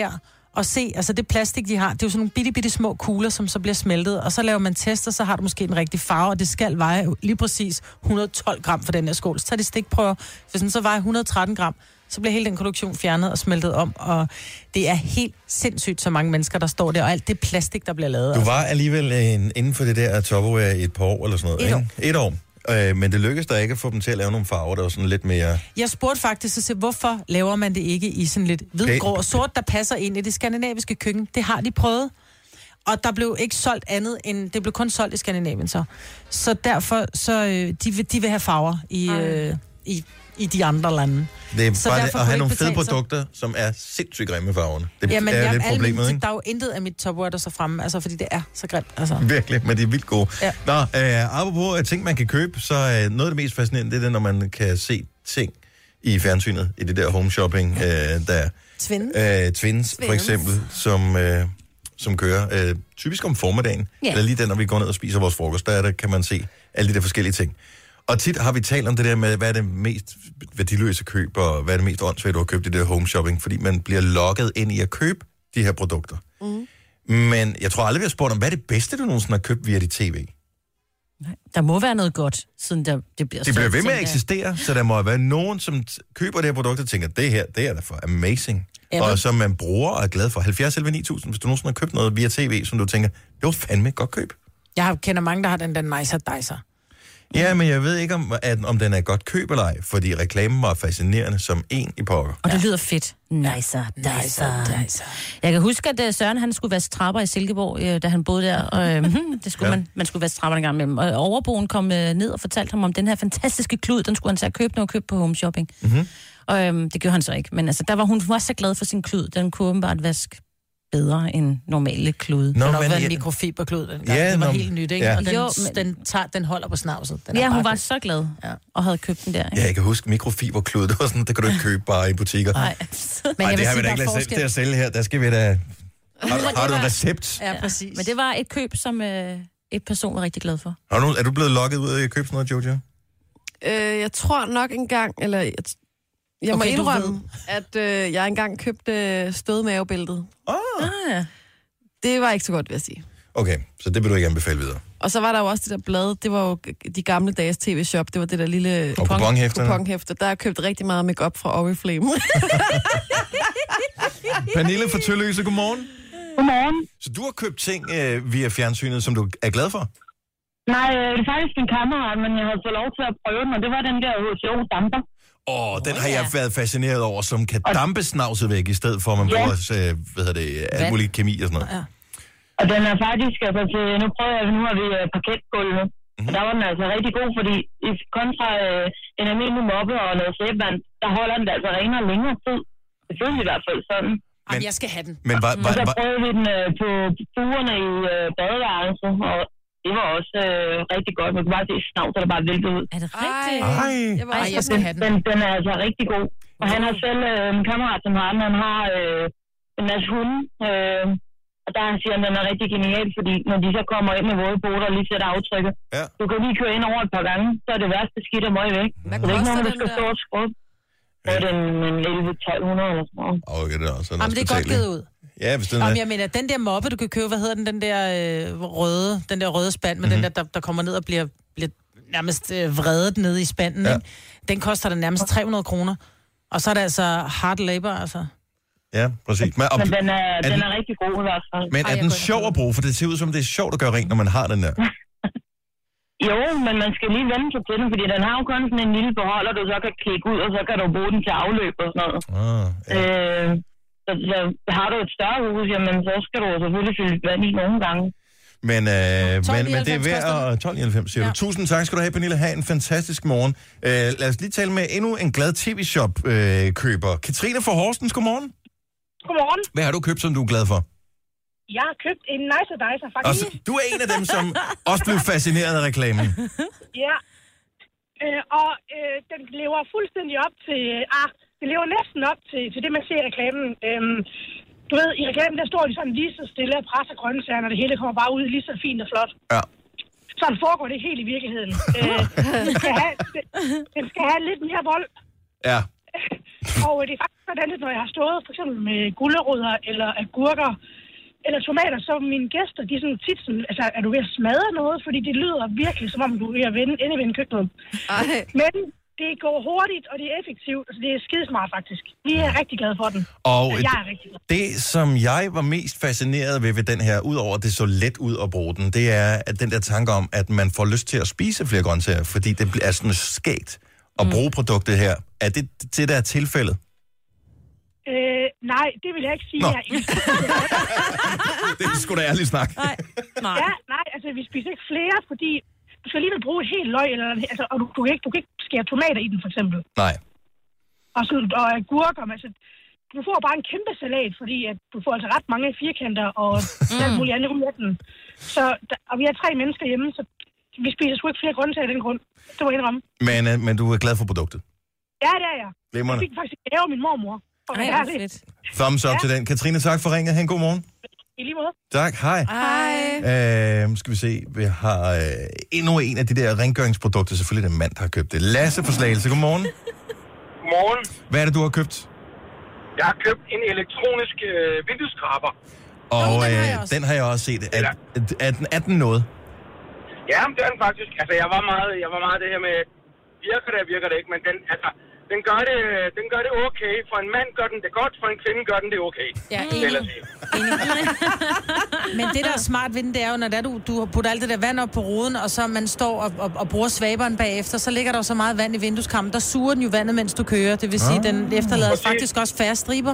og se, altså det plastik, de har, det er jo sådan nogle bitte, bitte små kugler, som så bliver smeltet, og så laver man tester, så har du måske en rigtig farve, og det skal veje lige præcis hundrede og tolv gram for den her skål. Så tager de stikprøver, hvis den så vejer hundrede og tretten gram, så bliver hele den produktion fjernet og smeltet om, og det er helt sindssygt, så mange mennesker, der står der, og alt det plastik, der bliver lavet. Du var alligevel en, inden for det der Tupperware i et par år eller sådan noget, Et ikke? år. Et år. Øh, men det lykkedes der ikke at få dem til at lave nogle farver, der var sådan lidt mere... Jeg spurgte faktisk, så se, hvorfor laver man det ikke i sådan lidt hvid, grå og sort, der passer ind i det skandinaviske køkken? Det har de prøvet. Og der blev ikke solgt andet end... Det blev kun solgt i Skandinavien så. Så derfor, så øh, de, vil, de vil have farver i, øh, i, i de andre lande. Det er Så bare det, derfor at kunne have det nogle ikke fede betale sig. produkter, som er sindssygt grimme med farverne. Det Jamen, er jeg, lidt alle problemet, mine, ikke? der er jo intet af mit Tupperware, der så fremme, altså fordi det er så grimt. Altså. Virkelig, men de er vildt gode. Ja. Nå, øh, apropos øh, ting, man kan købe, så øh, noget af det mest fascinerende, det er det, når man kan se ting i fjernsynet, i det der home shopping, øh, der Twins. øh, Twins, for eksempel, som, øh, som kører øh, typisk om formiddagen, Ja. eller lige den, når vi går ned og spiser vores frokost, der, er der kan man se alle de der forskellige ting. Og tit har vi talt om det der med, hvad er det mest værdiløse køb, og hvad er det mest åndssvagt, du har købt i det der home shopping, fordi man bliver lokket ind i at købe de her produkter. Mm. Men jeg tror aldrig, vi har spurgt om, hvad er det bedste, du nogensinde har købt via dit tv? Der må være noget godt, siden der, det bliver Det bliver solgt, ved med at tænker jeg. eksistere, så der må være nogen, som t- køber det her produkt og tænker, det her, det er da for amazing. Ja, Og men- som man bruger og er glad for. halvfjerds elleve ni tusind, hvis du nogensinde har købt noget via tv, som du tænker, det var fandme et godt køb. Jeg har- kender mange, der har den der nicer dicer. Ja, men jeg ved ikke, om, at, om den er godt køb eller ej, fordi reklamen var fascinerende som en i pokker. Og det lyder fedt. Nicer, nicer. dicer. Jeg kan huske, at uh, Søren han skulle vaske trapper i Silkeborg, øh, da han boede der. Og, øh, det skulle Ja. ja. man, man skulle vaske trapper en gang imellem. Og overboen kom øh, ned og fortalte ham om den her fantastiske klud, den skulle han tage at købe, når han købte på home shopping. Mm-hmm. Og øh, det gjorde han så ikke. Men altså, der var hun, hun var så glad for sin klud. Den kunne åbenbart vaske bedre end normale klud. Nå, Det har men været en ja, mikrofiberklud dengang. Ja, det var nå, helt nyt, ikke? ja. Og den, Jo, men... men- den, tager, den holder på snavset. Den er Ja, hun bare var god. så glad Ja. og havde købt den der. Ikke? Ja, jeg kan huske mikrofiberklud, det var sådan, det kan du ikke købe bare i butikker. Nej. Men Ej, jeg det vil har vi sige, da der ikke er ladet forskel. til at sælge her. Der skal vi da... Har, har du en recept? Ja, præcis. Men det var et køb, som øh, et person var rigtig glad for. Har du, er du blevet lokket ud af at købe sådan noget, Jojo? Øh, jeg tror nok engang, eller jeg, jeg må Okay, du indrømme, at øh, jeg engang købte stødmavebæltet. Ah. Ah, Det var ikke så godt, vil jeg sige. Okay, så det vil du ikke anbefale videre. Og så var der jo også det der blad, det var jo de gamle dages tv-shop, det var det der lille Og kuponhæfterne. kuponhæfter. Der har jeg købt rigtig meget make-up fra Oriflame. Pernille fra Tølløse, godmorgen. Godmorgen. Så du har købt ting øh, via fjernsynet, som du er glad for? Nej, øh, det er faktisk en kammerat, men jeg havde fået lov til at prøve den, og det var den der H C O-damper. Åh, den har ja. jeg været fascineret over, som kan dampe snavset væk, i stedet for, at man Ja. bruger øh, hvad hedder det, alt Vand. muligt kemi og sådan noget. Ja. Og den er faktisk, altså til, nu prøver jeg, nu har vi øh, parketgulve, Mhm. og der var den altså rigtig god, fordi i kontra øh, en almindelig moppe og noget sæbevand, der holder den altså renere længere tid. Det føles i hvert fald sådan. Jamen, jeg skal have den. Men var, Og var, så var, prøvede vi den øh, på fugerne i øh, badeværelset, og det var også øh, rigtig godt. Man kunne bare se snavs, der bare væltede ud. er det rigtigt? Ej. Jeg var Ej, også jeg skal Den, have den. den, den er altså rigtig god. Og han har selv, øh, en kammerat som har den, han har øh, en masse hunde. Øh, og der siger han, den er rigtig genial, fordi når de så kommer ind med våde boter og lige sætter aftrykket, Ja. du kan lige køre ind over et par gange, så er det værste skidt og møg væk. Hvad Så det er ikke koster nogen, der den skal der? stå og skrubbe. Så er den en elleve tolv hundrede eller sådan noget. Okay, det er også Jamen, det er godt givet ud. Ja, hvis den Jamen, er... jeg mener, den der moppe, du kan købe, hvad hedder den, den der øh, røde, den der røde spand, med mm-hmm. den der, der, der kommer ned og bliver, bliver nærmest øh, vredet ned i spanden, Ja. ikke? Den koster den nærmest tre hundrede kroner. Og så er det altså hard labor, altså. Ja, præcis. Men, og, Men den er, er den den- er rigtig god i hvert fald. men Ej, er jeg den går ind og sjov prøver. at bruge? For det ser ud som, det er sjovt at gøre rent, når man har den der. Jo, men man skal lige vende sig til den, fordi den har jo kun sådan en lille beholder, du så kan klikke ud, og så kan du bruge den til afløb og sådan noget. Ah, ja. Øh, så, så har du et større hus, jamen så skal du selvfølgelig fylde vand i nogle gange. Men, øh, men, men det er værd koster at... tolv nioghalvfems, siger ja. du. Tusind tak skal du have, Pernille. Ha' en fantastisk morgen. Øh, lad os lige tale med endnu en glad tv-shop-køber. Katrine fra Horsens, godmorgen. Godmorgen. Hvad har du købt, som du er glad for? Jeg har købt en nicer dicer, Og faktisk. så, du er en af dem, som også blev fascineret af reklamen. Ja. Øh, og øh, den lever fuldstændig op til... Ah, det lever næsten op til, til det, man ser i reklamen. Øhm, du ved, i reklamen, der står de sådan lige så stille og presser grøntsagerne, og det hele kommer bare ud lige så fint og flot. Ja. Sådan foregår det helt i virkeligheden. øh, den, skal have, den, den skal have lidt mere vold. Ja. Og det er faktisk hvordan det, når jeg har stået for eksempel med gulerødder eller agurker eller tomater, så mine gæster, de er sådan tit sådan, altså, er du ved at smadre noget? Fordi det lyder virkelig, som om du er ved at vende, endevende køkkenet. Ej. Men det går hurtigt, og det er effektivt, altså det er skidesmart faktisk. Vi er rigtig glade for den. Og altså, jeg er rigtig glad. Det, som jeg var mest fascineret ved ved den her, udover at det så let ud at bruge den, det er at den der tanke om, at man får lyst til at spise flere grøntsager, fordi det er sådan skægt at bruge mm. produktet her. Er det det, der er tilfældet? Øh, nej, det vil jeg ikke sige. Jeg det er sgu da ærligt snak. Nej. nej. Ja, nej, altså vi spiser ikke flere, fordi du skal alligevel bruge et helt løg, eller, altså, og du, du, kan ikke, du kan ikke skære tomater i den, for eksempel. Nej. Og, sådan, og agurker, altså, du får bare en kæmpe salat, fordi at du får altså ret mange firkanter og mm. alt muligt andet ud af den. Så, og vi er tre mennesker hjemme, så vi spiser sgu ikke flere grøntsager af den grund. Det må jeg indrømme. Men, øh, men du er glad for produktet? Ja, det er jeg. Glimrende. Jeg fik faktisk en gave af min mormor. Ej, det er fedt. Thumbs up ja. til den. Katrine, tak for ringet. Ha' en god morgen. I lige måde. Tak, hej. Hej. Øh, skal vi se, vi har øh, endnu en af de der rengøringsprodukter. Selvfølgelig er det mand, der har købt det. Lasse for Slagelse, godmorgen. Godmorgen. Hvad er det, du har købt? Jeg har købt en elektronisk øh, vindueskraber. Og øh, den, har den har jeg også set. Er, er, den, er den noget? Ja, det er den faktisk. Altså, jeg var meget, jeg var meget det her med, virker det, virker det ikke, men den, altså, den gør det, den gør det okay. For en mand gør den det godt, for en kvinde gør den det okay. Ja, enig. Men det, der er smart ved den, det er jo, når der, du, du putter alt det der vand op på ruden, og så man står og, og, og bruger svaberen bagefter, så ligger der jo så meget vand i vindueskampen. Der suger den jo vandet, mens du kører. Det vil sige, ah. den efterlader præcis. faktisk også færre striber.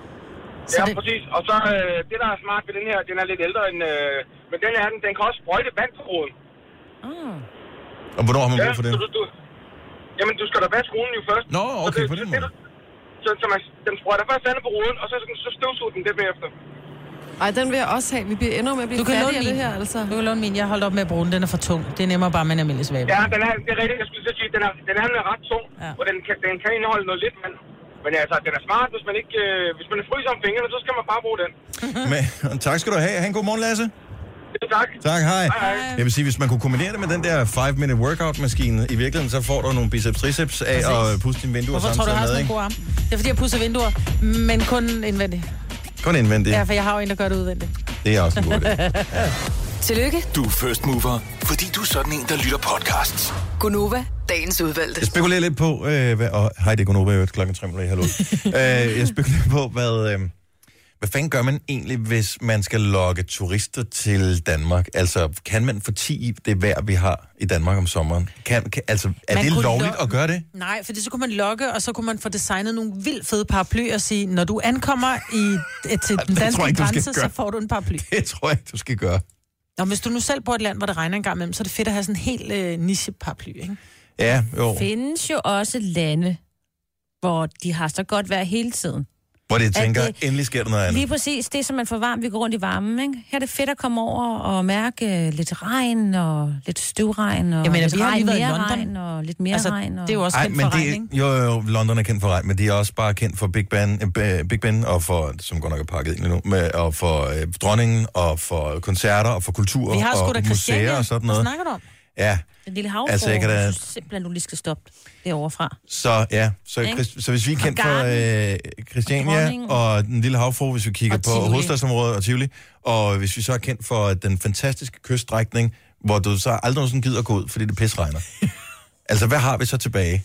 Så ja, det... præcis. Og så øh, det, der er smart ved den her, den er lidt ældre end... Øh, men den er den, den kan også sprøjte vand på ruden. Ah. Og hvornår har man brug for ja, det? Du, du, jamen, du skal da vaske ruden jo først. Nå, okay, så det, på den måde. Så, så man, den sprøjter først vandet på ruden, og så, så støvsuger den det bagefter. Ej, den vil jeg også have. Vi bliver endnu med at blive færdige af det her, altså. Du kan låne min. Jeg holdt op med at bruge den. Den er for tung. Det er nemmere bare med en almindelig svaber. Ja, den er, det er rigtigt. Jeg skulle sige, den er, den er ret tung, ja. Og den kan, den kan indeholde noget lidt vand. Men altså, den er smart, hvis man ikke øh, hvis man fryser om fingrene, så skal man bare bruge den. Men, tak skal du have. Ha' en god morgen, Lasse. Ja, tak. Tak, hej. Hej, hej. Jeg vil sige, hvis man kunne kombinere det med den der five minute workout-maskine, i virkeligheden, så får du nogle biceps-triceps af at puste dine vinduer samtidig. Hvorfor tror du, jeg har sådan en god arm? Det er fordi, jeg pudser vinduer, men kun indvendigt. Kun indvendigt? Ja, for jeg har jo en, der gør det udvendigt. Det er også en god idé. Tillykke. Du er first mover, fordi du er sådan en, der lytter podcasts. Gunova, dagens udvalgte. Jeg spekulerer lidt på, øh, hvad, og hej, det er Gunova, jeg klokken tre minutter i halv øh, Jeg spekulerer på, hvad, øh, hvad fanden gør man egentlig, hvis man skal lokke turister til Danmark? Altså, kan man få ti det vejr, vi har i Danmark om sommeren? Kan, kan, altså, er man det lovligt lo- at gøre det? Nej, for det så kunne man lokke, og så kunne man få designet nogle vildt fede paraplyer og sige, når du ankommer i, til den danske grænse, så får du en paraply. Det tror jeg ikke, du skal gøre. Nå, hvis du nu selv bor i et land, hvor det regner en gang imellem, så er det fedt at have sådan en helt øh, niche-paraply, ikke? Ja, jo. Der findes jo også lande, hvor de har så godt vejr hele tiden. Hvor de tænker, det, endelig sker der noget andet. Lige præcis, det som man får varmt, vi går rundt i varmen, ikke? Her er det fedt at komme over og mærke lidt regn og lidt støvregn og Jamen, lidt vi har regn, mere regn og lidt mere altså, regn. Og... Det er jo også kendt Ej, for de, regn, ikke? Jo, jo, London er kendt for regn, men de er også bare kendt for Big Ben, øh, Big Ben og for, som godt nok er pakket ind nu, med, og for øh, dronningen og for koncerter og for kultur vi har og museer og sådan noget. Hvad snakker du om? Ja. Den lille havfru, altså, jeg kan da... simpelthen, du lige skal stoppe derovre fra. Så ja, så, Christ, så hvis vi er kendt for øh, Christiania og den lille havfru, hvis vi kigger på hovedstadsområdet og Tivoli, og hvis vi så er kendt for den fantastiske kyststrækning, hvor du så aldrig nogensinde gider gå ud, fordi det pisregner. Altså, hvad har vi så tilbage?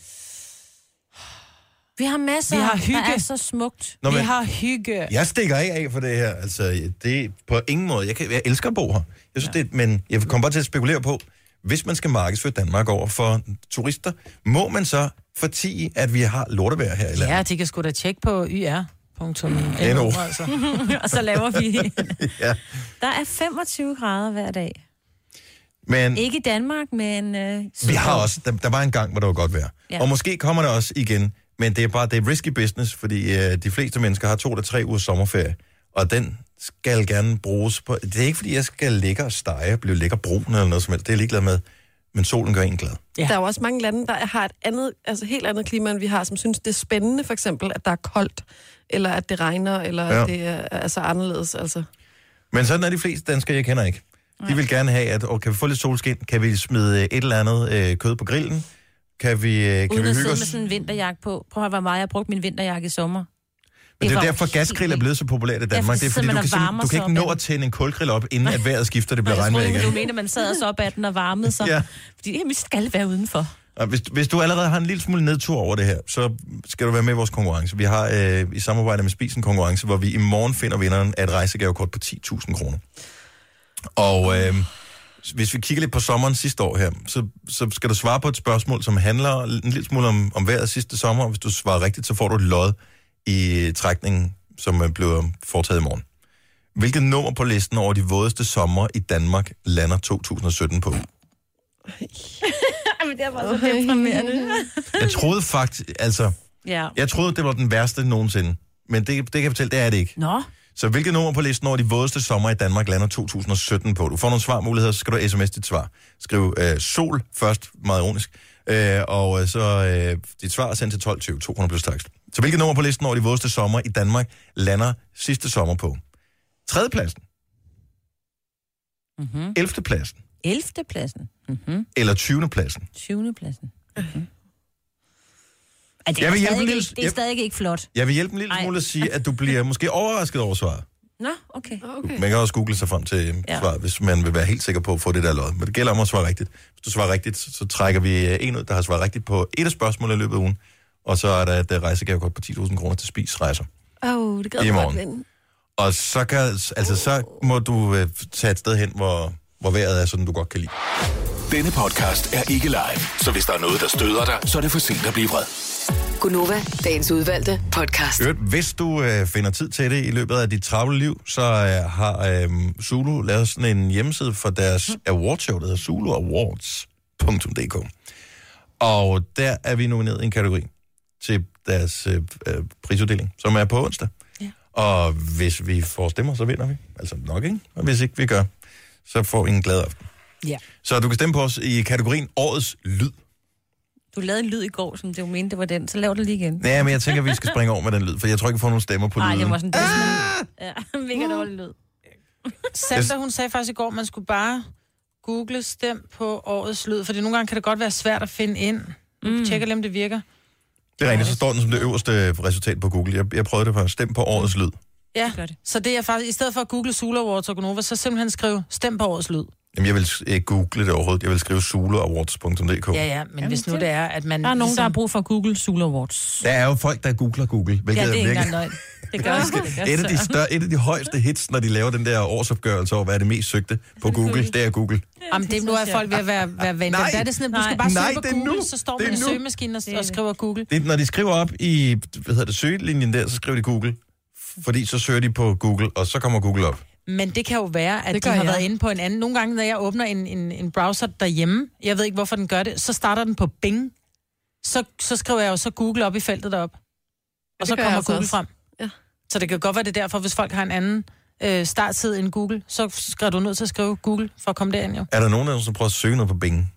Vi har masser, vi har hygge. Der er så smukt. Nå, vi har hygge. Jeg stikker af af for det her. Altså, det er på ingen måde. Jeg, kan, jeg elsker at bo her. Jeg synes, ja. det, men jeg kommer bare til at spekulere på, hvis man skal markedsføre Danmark over for turister, må man så fortige, at vi har lortevejr her i landet? Ja, de kan sgu da tjekke på y r punktum n o. Altså. Og så laver vi... ja. Der er femogtyve grader hver dag. Men ikke i Danmark, men... Øh, vi har også... Der, der var en gang, hvor der var godt vejr. Ja. Og måske kommer det også igen, men det er bare det er risky business, fordi øh, de fleste mennesker har to eller tre ugers sommerferie, og den skal gerne bruges på... Det er ikke, fordi jeg skal ligge og stege og blive lækker brun eller noget som helst. Det er ligeglad med, men solen gør en glad. Ja. Der er jo også mange lande, der har et andet, altså helt andet klima, end vi har, som synes, det er spændende, for eksempel, at der er koldt, eller at det regner, eller ja. at det er altså anderledes, altså. Men sådan er de fleste danskere, jeg kender ikke. De Nej. vil gerne have, at og kan vi få lidt solskin? Kan vi smide et eller andet øh, kød på grillen? Kan vi, øh, kan Uden vi at hygge sidde os? med sådan en vinterjakke på. Prøv at høre, hvor meget jeg har brugt min vinterjakke i sommer. Det er derfor, gasgrill er blevet så populært i Danmark. Det er fordi, du kan, du kan ikke nå at tænde en kulgrill op, inden at vejret skifter, det bliver regnvejr igen. Du mener, man sad så op ad den og varmede sig. Ja. Fordi vi skal være udenfor. Og hvis, hvis du allerede har en lille smule nedtur over det her, så skal du være med i vores konkurrence. Vi har øh, i samarbejde med Spis en konkurrence, hvor vi i morgen finder vinderen af et rejsegavekort på ti tusind kroner. Og øh, hvis vi kigger lidt på sommeren sidste år her, så, så skal du svare på et spørgsmål, som handler en lille smule om, om vejret sidste sommer. Hvis du svarer rigtigt, så får du et lod i trækningen, som bliver foretaget i morgen. Hvilket nummer på listen over de vådeste sommer i Danmark lander to tusind og sytten på? Men det var så deprimerende. Jeg troede faktisk, altså, ja. jeg troede, det var den værste nogensinde. Men det, det kan jeg fortælle, det er det ikke. Nå. Så hvilket nummer på listen over de vådeste sommer i Danmark lander to tusind og sytten på? Du får nogle svarmuligheder, så skal du sms dit svar. Skriv øh, sol først, meget ironisk. Øh, og øh, så øh, dit svar er sendt til tolv tyve, to hundrede plus takst. Så hvilket nummer på listen over de vådeste sommer i Danmark lander sidste sommer på? Tredjepladsen? Mm-hmm. ellevte pladsen? ellevte pladsen? Mm-hmm. Eller tyvende pladsen? tyvende pladsen. Mm-hmm. Ej, det, jeg er vil hjælpe stadig, lille, ikke, det er stadig ikke flot. Jeg vil hjælpe en lille smule at sige, at du bliver måske overrasket over svaret. Nå, okay. okay. Man kan også google sig frem til ja. svaret, hvis man vil være helt sikker på at få det der lod. Men det gælder om at svare rigtigt. Hvis du svarer rigtigt, så, så trækker vi en ud, der har svaret rigtigt på et af spørgsmålene i løbet af ugen. Og så er der et rejsegavekort på ti tusind kroner til Spis Rejser. Åh, oh, det gad jeg godt vinde. Og så, kan, altså, så må du uh, tage et sted hen, hvor, hvor vejret er sådan, du godt kan lide. Denne podcast er ikke live, så hvis der er noget, der støder dig, så er det for sent at blive vred. Gunova, dagens udvalgte podcast. Hørt, hvis du øh, finder tid til det i løbet af dit travle liv, så øh, har øh, Zulu lavet sådan en hjemmeside for deres awardshow, der hedder zulu awards punktum d k. Og der er vi nomineret i en kategori til deres øh, øh, prisuddeling, som er på onsdag. Ja. Og hvis vi får stemmer, så vinder vi. Altså nok ikke. Og hvis ikke vi gør, så får vi en glad aften. Ja. Så du kan stemme på os i kategorien Årets Lyd. Du lavede en lyd i går, som det mente, det var den. Så lav det lige igen. Ja, men jeg tænker, at vi skal springe over med den lyd, for jeg tror ikke, vi får nogen stemmer på lyden. Nej, det var sådan, det var sådan, ja, mega dårlig lyd. Sandra, hun sagde faktisk i går, at man skulle bare google stem på årets lyd, fordi nogle gange kan det godt være svært at finde ind. Mm. Tjekker lige, om det virker. Det er rigtigt, så står den som det øverste resultat på Google. Jeg, jeg prøvede det for stem på årets lyd. Ja, det. Så det er faktisk, i stedet for at google Zulu Awards og Gunova, så simpelthen skrive stem på årets lyd. Jamen, jeg vil ikke google det overhovedet. Jeg vil skrive zulu awards punktum d k. Ja, ja, men Jamen, hvis nu det er, at man... Der er nogen, ligesom... der har brug for Google Zulu Awards. Der er jo folk, der googler Google. Ja, det er ikke engang løgn. Det gør det. Et af de større, et af de højeste hits, når de laver den der årsopgørelse over, hvad er det mest søgte på Google, det er Google. Jamen, det, nu er folk ved at være, være vendt. Der er det sådan, at du skal bare søge på Google, nu. Så står man i søgemaskinen og, og skriver Google. Det, når de skriver op i, hvad hedder det, søgelinjen der, så skriver de Google. Fordi så søger de på Google, og så kommer Google op. Men det kan jo være, at de har jeg. været inde på en anden. Nogle gange, når jeg åbner en, en, en browser derhjemme, jeg ved ikke, hvorfor den gør det, så starter den på Bing. Så, så skriver jeg jo så Google op i feltet derop. Og så kommer Google også frem. Ja. Så det kan godt være det derfor, hvis folk har en anden øh, startside end Google, så skriver du nødt til at skrive Google for at komme derind jo. Er der nogen af dem, som prøver at søge noget på Bing?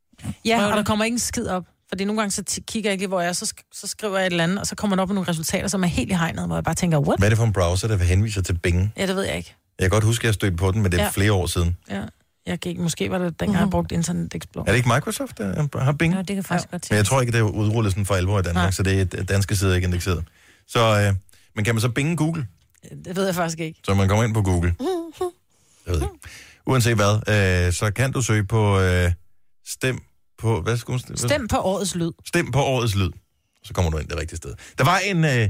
Ja, og der kommer ikke en skid op. Fordi nogle gange så t- kigger jeg ikke, hvor jeg er, så, sk- så skriver jeg et eller andet, og så kommer der op med nogle resultater, som er helt i hegnet, hvor jeg bare tænker, what? Hvad er det for en browser, der henviser til Bing? Ja, det ved jeg ikke. Jeg kan godt huske, at jeg stødte på den, men det er ja. flere år siden. Ja, jeg gik, måske var det dengang, jeg brugt Internet Explorer. Er det ikke Microsoft, der har Bing? Ja, det kan faktisk ja. godt Men jeg tror ikke, det er udrullet sådan for alvor i Danmark, ja. Så det er danske sider ikke indekseret. Så, øh, men kan man så binge Google? Det ved jeg faktisk ikke. Så man kommer ind på Google? Jeg ved ikke. Uanset hvad, øh, så kan du søge på øh, stem på... Hvad skal man, stem på årets lyd. Stem på årets lyd. Så kommer du ind det rigtige sted. Der var en, øh,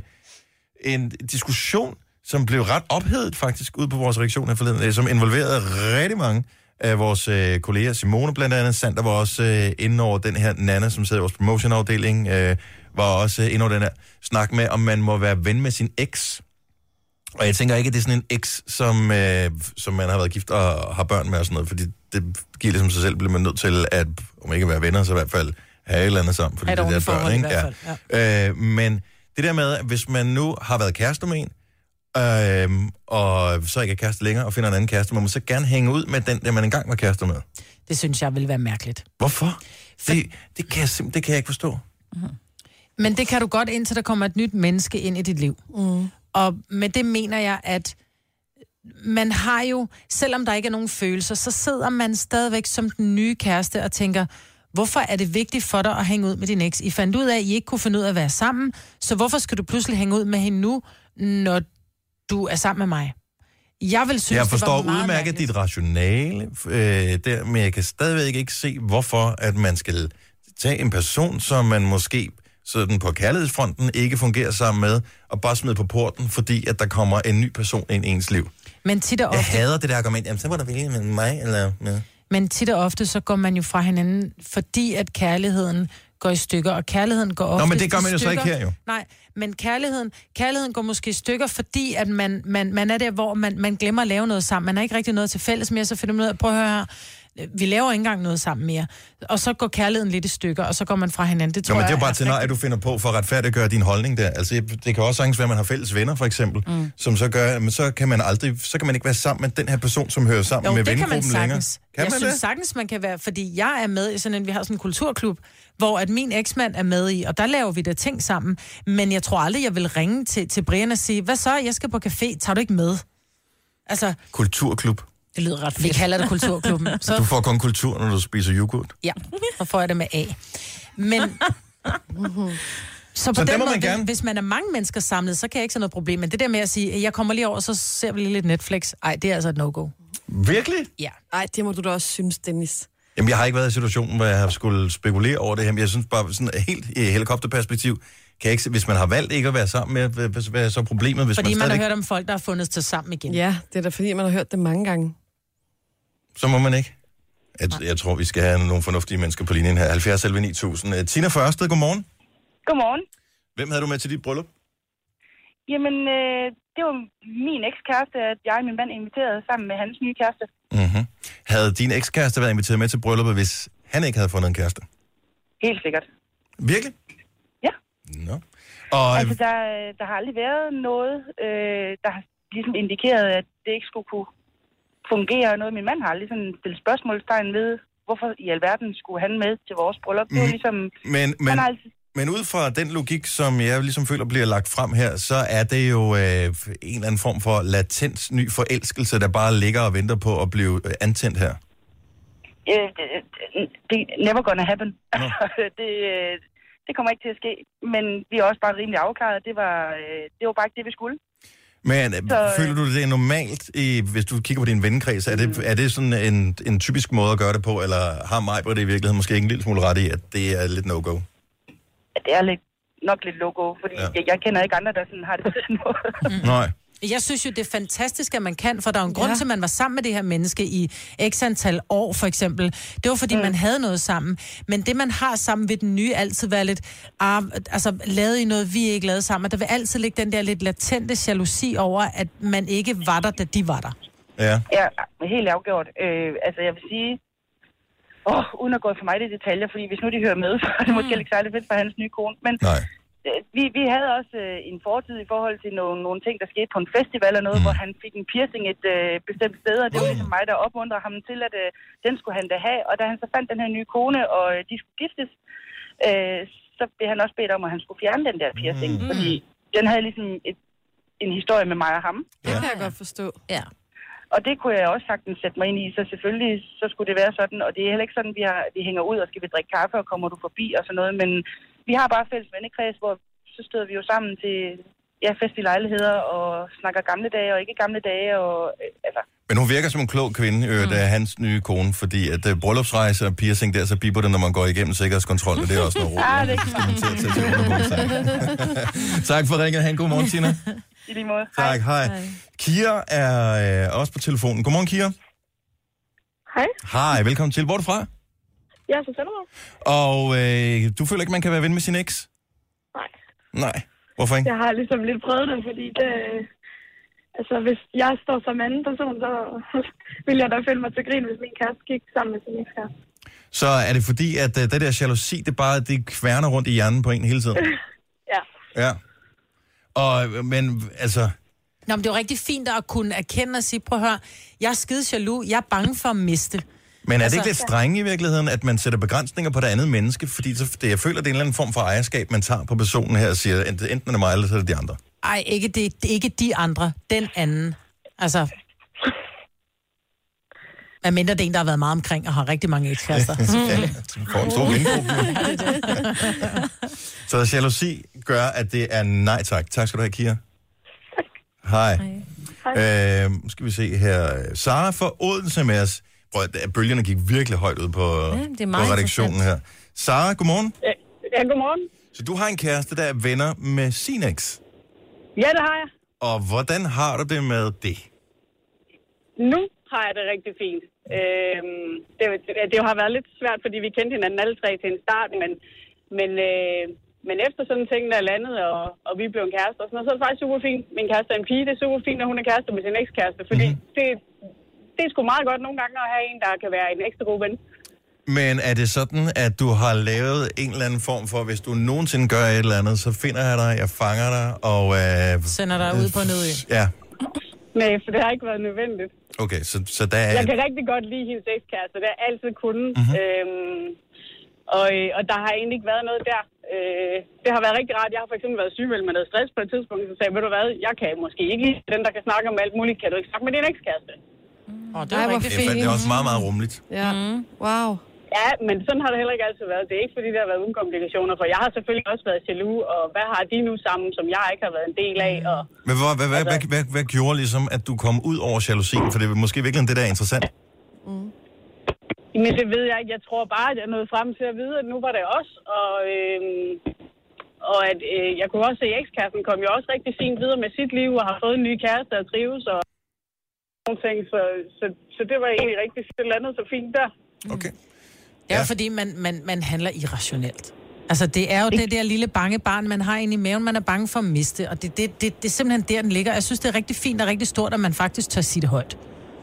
en diskussion, som blev ret ophedet faktisk ud på vores reaktion her forleden, øh, som involverede rigtig mange af vores øh, kolleger. Simone blandt andet, Sander var også øh, inde over den her Nana, som sidder i vores promotionafdeling, øh, var også øh, inde over den her snak med, om man må være ven med sin eks. Og jeg tænker ikke, at det er sådan en eks, som, øh, som man har været gift og har børn med og sådan noget, fordi det giver ligesom sig selv, bliver man nødt til at, om ikke at være venner, så i hvert fald have et eller andet sammen, fordi det er der børn, ikke? Ja. Øh, men det der med, at hvis man nu har været kærester med en, øh, og så ikke er kæreste længere, og finder en anden kæreste, man må så gerne hænge ud med den, der man engang var kærester med. Det synes jeg vil være mærkeligt. Hvorfor? For... Det, det, kan jeg simpelthen, det kan jeg ikke forstå. Mm-hmm. Men det kan du godt, indtil der kommer et nyt menneske ind i dit liv. Mm. Og med det mener jeg, at man har jo, selvom der ikke er nogen følelser, så sidder man stadigvæk som den nye kæreste og tænker, hvorfor er det vigtigt for dig at hænge ud med din eks? I fandt ud af, at I ikke kunne finde ud af at være sammen, så hvorfor skal du pludselig hænge ud med hende nu? når du er sammen med mig. Jeg vil synes, jeg forstår det var meget udmærket mærkeligt. dit rationale, øh, der, men jeg kan stadigvæk ikke se, hvorfor at man skal tage en person, som man måske sådan på kærlighedsfronten ikke fungerer sammen med, og bare smide på porten, fordi at der kommer en ny person ind i ens liv. Men tit og ofte... Jeg hader det der argument, jamen så var der vel med mig, eller... Ja. Men tit og ofte, så går man jo fra hinanden, fordi at kærligheden går i stykker, og kærligheden går ofte Nå, men det gør man jo så stykker. ikke her, jo. Nej, men kærligheden, kærligheden går måske i stykker, fordi at man, man, man er der, hvor man, man glemmer at lave noget sammen. Man har ikke rigtig noget til fælles mere, så finder man ud af, prøv at høre her, vi laver ikke engang noget sammen mere. Og så går kærligheden lidt i stykker, og så går man fra hinanden. Det tror jo, men det er jo jeg, bare til, at du finder på for at retfærdiggøre din holdning der. Altså, det kan også sagtens være, at man har fælles venner, for eksempel, mm. som så gør, men så kan man aldrig, så kan man ikke være sammen med den her person, som hører sammen jo, med det kan man vennegruppen længere. sagtens. Kan jeg man synes det? sagtens, man kan være, fordi jeg er med i sådan en, vi har sådan en kulturklub, hvor at min eksmand er med i, og der laver vi da ting sammen. Men jeg tror aldrig, jeg vil ringe til, til Brian og sige, hvad så, jeg skal på café, tager du ikke med? Altså... Kulturklub. Det lyder ret fedt. Vi kalder det kulturklubben. Så... Du får kun kultur, når du spiser yoghurt. Ja, så får jeg det med A. Men... Så på så den må måde, man gerne. Hvis man er mange mennesker samlet, så kan jeg ikke se noget problem. Men det der med at sige, jeg kommer lige over, så ser vi lige lidt Netflix. Ej, det er altså et no-go. Virkelig? Ja. Ej, det må du da også synes, Dennis. Jamen, jeg har ikke været i situationen, hvor jeg har skulle spekulere over det her, men jeg synes bare, sådan helt i helikopterperspektiv, kan jeg ikke se, hvis man har valgt ikke at være sammen med, hvad er så problemet, hvis fordi man man stadig... har hørt om folk, der har fundet til sammen igen. Ja, det er da fordi, man har hørt det mange gange. Så må man ikke. Jeg, jeg tror, vi skal have nogle fornuftige mennesker på linjen her. halvfjerds elleve ni tusind. Tina Førsted, godmorgen. Godmorgen. Hvem havde du med til dit bryllup? Jamen, øh, det var min ekskæreste, at jeg og min mand inviterede sammen med hans nye kæreste. Mm-hmm. Havde din ekskæreste været inviteret med til brylluppet, hvis han ikke havde fundet en kæreste? Helt sikkert. Virkelig? Ja. Nå. Og... Altså, der, der har aldrig været noget, øh, der har ligesom indikeret, at det ikke skulle kunne fungere noget. Min mand har aldrig sådan stillet spørgsmålstegn ved, hvorfor i alverden skulle han med til vores bryllup. Mm. Det var ligesom... Men, men... Han har altid... Men ud fra den logik, som jeg ligesom føler bliver lagt frem her, så er det jo øh, en eller anden form for latent ny forelskelse, der bare ligger og venter på at blive øh, antændt her. Øh, det, det never gonna happen. No. det, det kommer ikke til at ske. Men vi er også bare rimelig afklaret. Det var, øh, det var bare ikke det, vi skulle. Men så, føler du, det er normalt, i, hvis du kigger på din vennekreds, er det, mm. er det sådan en, en typisk måde at gøre det på, eller har Majbert i virkeligheden måske ikke en lille smule ret i, at det er lidt no-go? Det er lidt, nok lidt logo, fordi ja. jeg, jeg kender ikke andre, der sådan har det på den måde. Mm. Nej. Jeg synes jo, det er fantastisk, at man kan, for der er en grund ja. til, at man var sammen med det her menneske i x antal år, for eksempel. Det var, fordi mm. man havde noget sammen. Men det, man har sammen, vil den nye altid være lidt, ah, altså, lavet i noget, vi ikke lavede sammen. Der vil altid ligge den der lidt latente jalousi over, at man ikke var der, da de var der. Ja. Ja, helt afgjort. Øh, altså, jeg vil sige, åh, uden at gå for mig i detaljer, fordi hvis nu de hører med, så er det måske ikke særlig fedt for hans nye kone. Men Nej. Vi, vi havde også øh, en fortid i forhold til nogle, nogle ting, der skete på en festival og noget, mm. hvor han fik en piercing et øh, bestemt sted, og det var ligesom mig, der opmuntrede ham til, at øh, den skulle han da have. Og da han så fandt den her nye kone, og øh, de skulle giftes, øh, så blev han også bedt om, at han skulle fjerne den der piercing, mm. fordi den havde ligesom et, en historie med mig og ham. Det kan jeg godt forstå. Ja. Og det kunne jeg også sagtens sætte mig ind i, så selvfølgelig så skulle det være sådan, og det er heller ikke sådan, vi, har, vi hænger ud og skal vi drikke kaffe, og kommer du forbi og sådan noget, men vi har bare fælles vennekreds, hvor så støder vi jo sammen til ja, festlige lejligheder og snakker gamle dage og ikke gamle dage. Og, øh, altså. Men hun virker som en klog kvinde, øh, mm. hans nye kone, fordi at uh, bryllupsrejse og piercing der, så biber det, når man går igennem sikkerhedskontrol, og det er også noget ro. Ja, det er Tak for ringet. Ha' en god morgen, Tina. I lige måde. Tak, hej. hej. Kira er øh, også på telefonen. Godmorgen, Kira. Hej. Hej, velkommen til. Hvor er du fra? Jeg er fra Sønderborg. Og øh, du føler ikke, man kan være ven med sin eks? Nej. Nej. Hvorfor ikke? Jeg har ligesom lidt prøvet det, fordi det... Altså, hvis jeg står som anden person, så vil jeg da føle mig til grin, hvis min kæreste gik sammen med sin ekskæreste. Så er det fordi, at uh, det der jalousi, det bare det kværner rundt i hjernen på en hele tiden? Ja. Ja. Og, men altså... Nå, men det er jo rigtig fint at kunne erkende og sige, prøv at høre, jeg er skide jaloux, jeg er bange for at miste. Men er altså, det ikke lidt strenge i virkeligheden, at man sætter begrænsninger på det andet menneske? Fordi så, det, jeg føler, det er en eller anden form for ejerskab, man tager på personen her og siger, enten er det mig, eller så er det de andre. Ej, ikke, det, ikke de andre, den anden. Altså... Men mindre det er en, der har været meget omkring og har rigtig mange ekskærester. Ja, får en stor vindgruppe. Så jalousi gør, at det er nej tak. Tak skal du have, Kira. Hej. Hej. Øh, skal vi se her. Sara fra Odense med os. Prøv, at bølgerne gik virkelig højt ud på, ja, på redaktionen her. Sara, godmorgen. Ja, ja, godmorgen. Så du har en kæreste, der er venner med sin eks? Ja, det har jeg. Og hvordan har du det med det? Nu har jeg det rigtig fint. Øhm, det, det, det har været lidt svært, fordi vi kendte hinanden alle tre til en start, men, men, øh, men efter sådan ting, der er landet, og, og vi blev en kæreste og sådan noget, så er det faktisk super fint. Min kæreste er en pige, det er super fint, at hun er kæreste med sin ekskæreste, fordi mm-hmm. det, det er sgu meget godt nogle gange at have en, der kan være en ekstra god ven. Men er det sådan, at du har lavet en eller anden form for, hvis du nogensinde gør et eller andet, så finder jeg dig, jeg fanger dig, og... Øh, sender dig ud på noget. Ja. Nej, for det har ikke været nødvendigt. Okay, så, så der er... Jeg kan rigtig godt lide hendes ekskæreste, det er altid kunden. Mm-hmm. Øhm, og, og der har egentlig ikke været noget der. Øh, det har været rigtig rart. Jeg har for eksempel været sygemeldt med noget stress på et tidspunkt, så sagde jeg, ved du hvad, jeg kan måske ikke lide den, der kan snakke om alt muligt. Kan du ikke snakke med din ekskæreste? Åh, oh, det er rigtig fint. Det er også meget, meget rummeligt. Ja, mm. Wow. Ja, men sådan har det heller ikke altid været. Det er ikke, fordi der har været uden komplikationer, for jeg har selvfølgelig også været jaloux, og hvad har de nu sammen, som jeg ikke har været en del af? Og, men hvad, hvad, altså, hvad, hvad, hvad, hvad gjorde ligesom, at du kom ud over jalousien? For det er måske virkelig det, der er interessant. Mm. Men det ved jeg ikke. Jeg tror bare, at jeg nåede frem til at vide, at nu var det os, og, øhm, og at øh, jeg kunne også se, at ekskæresten kom jo også rigtig fint videre med sit liv, og har fået en ny kæreste og trives, og nogle ting, så, så, så det var egentlig rigtig det landede så fint der. Okay. Det er ja. fordi, man, man, man handler irrationelt. Altså, det er jo det der lille bange barn, man har inde i maven, man er bange for at miste. Og det, det, det, det er simpelthen der, den ligger. Jeg synes, det er rigtig fint og rigtig stort, at man faktisk tør sige det højt.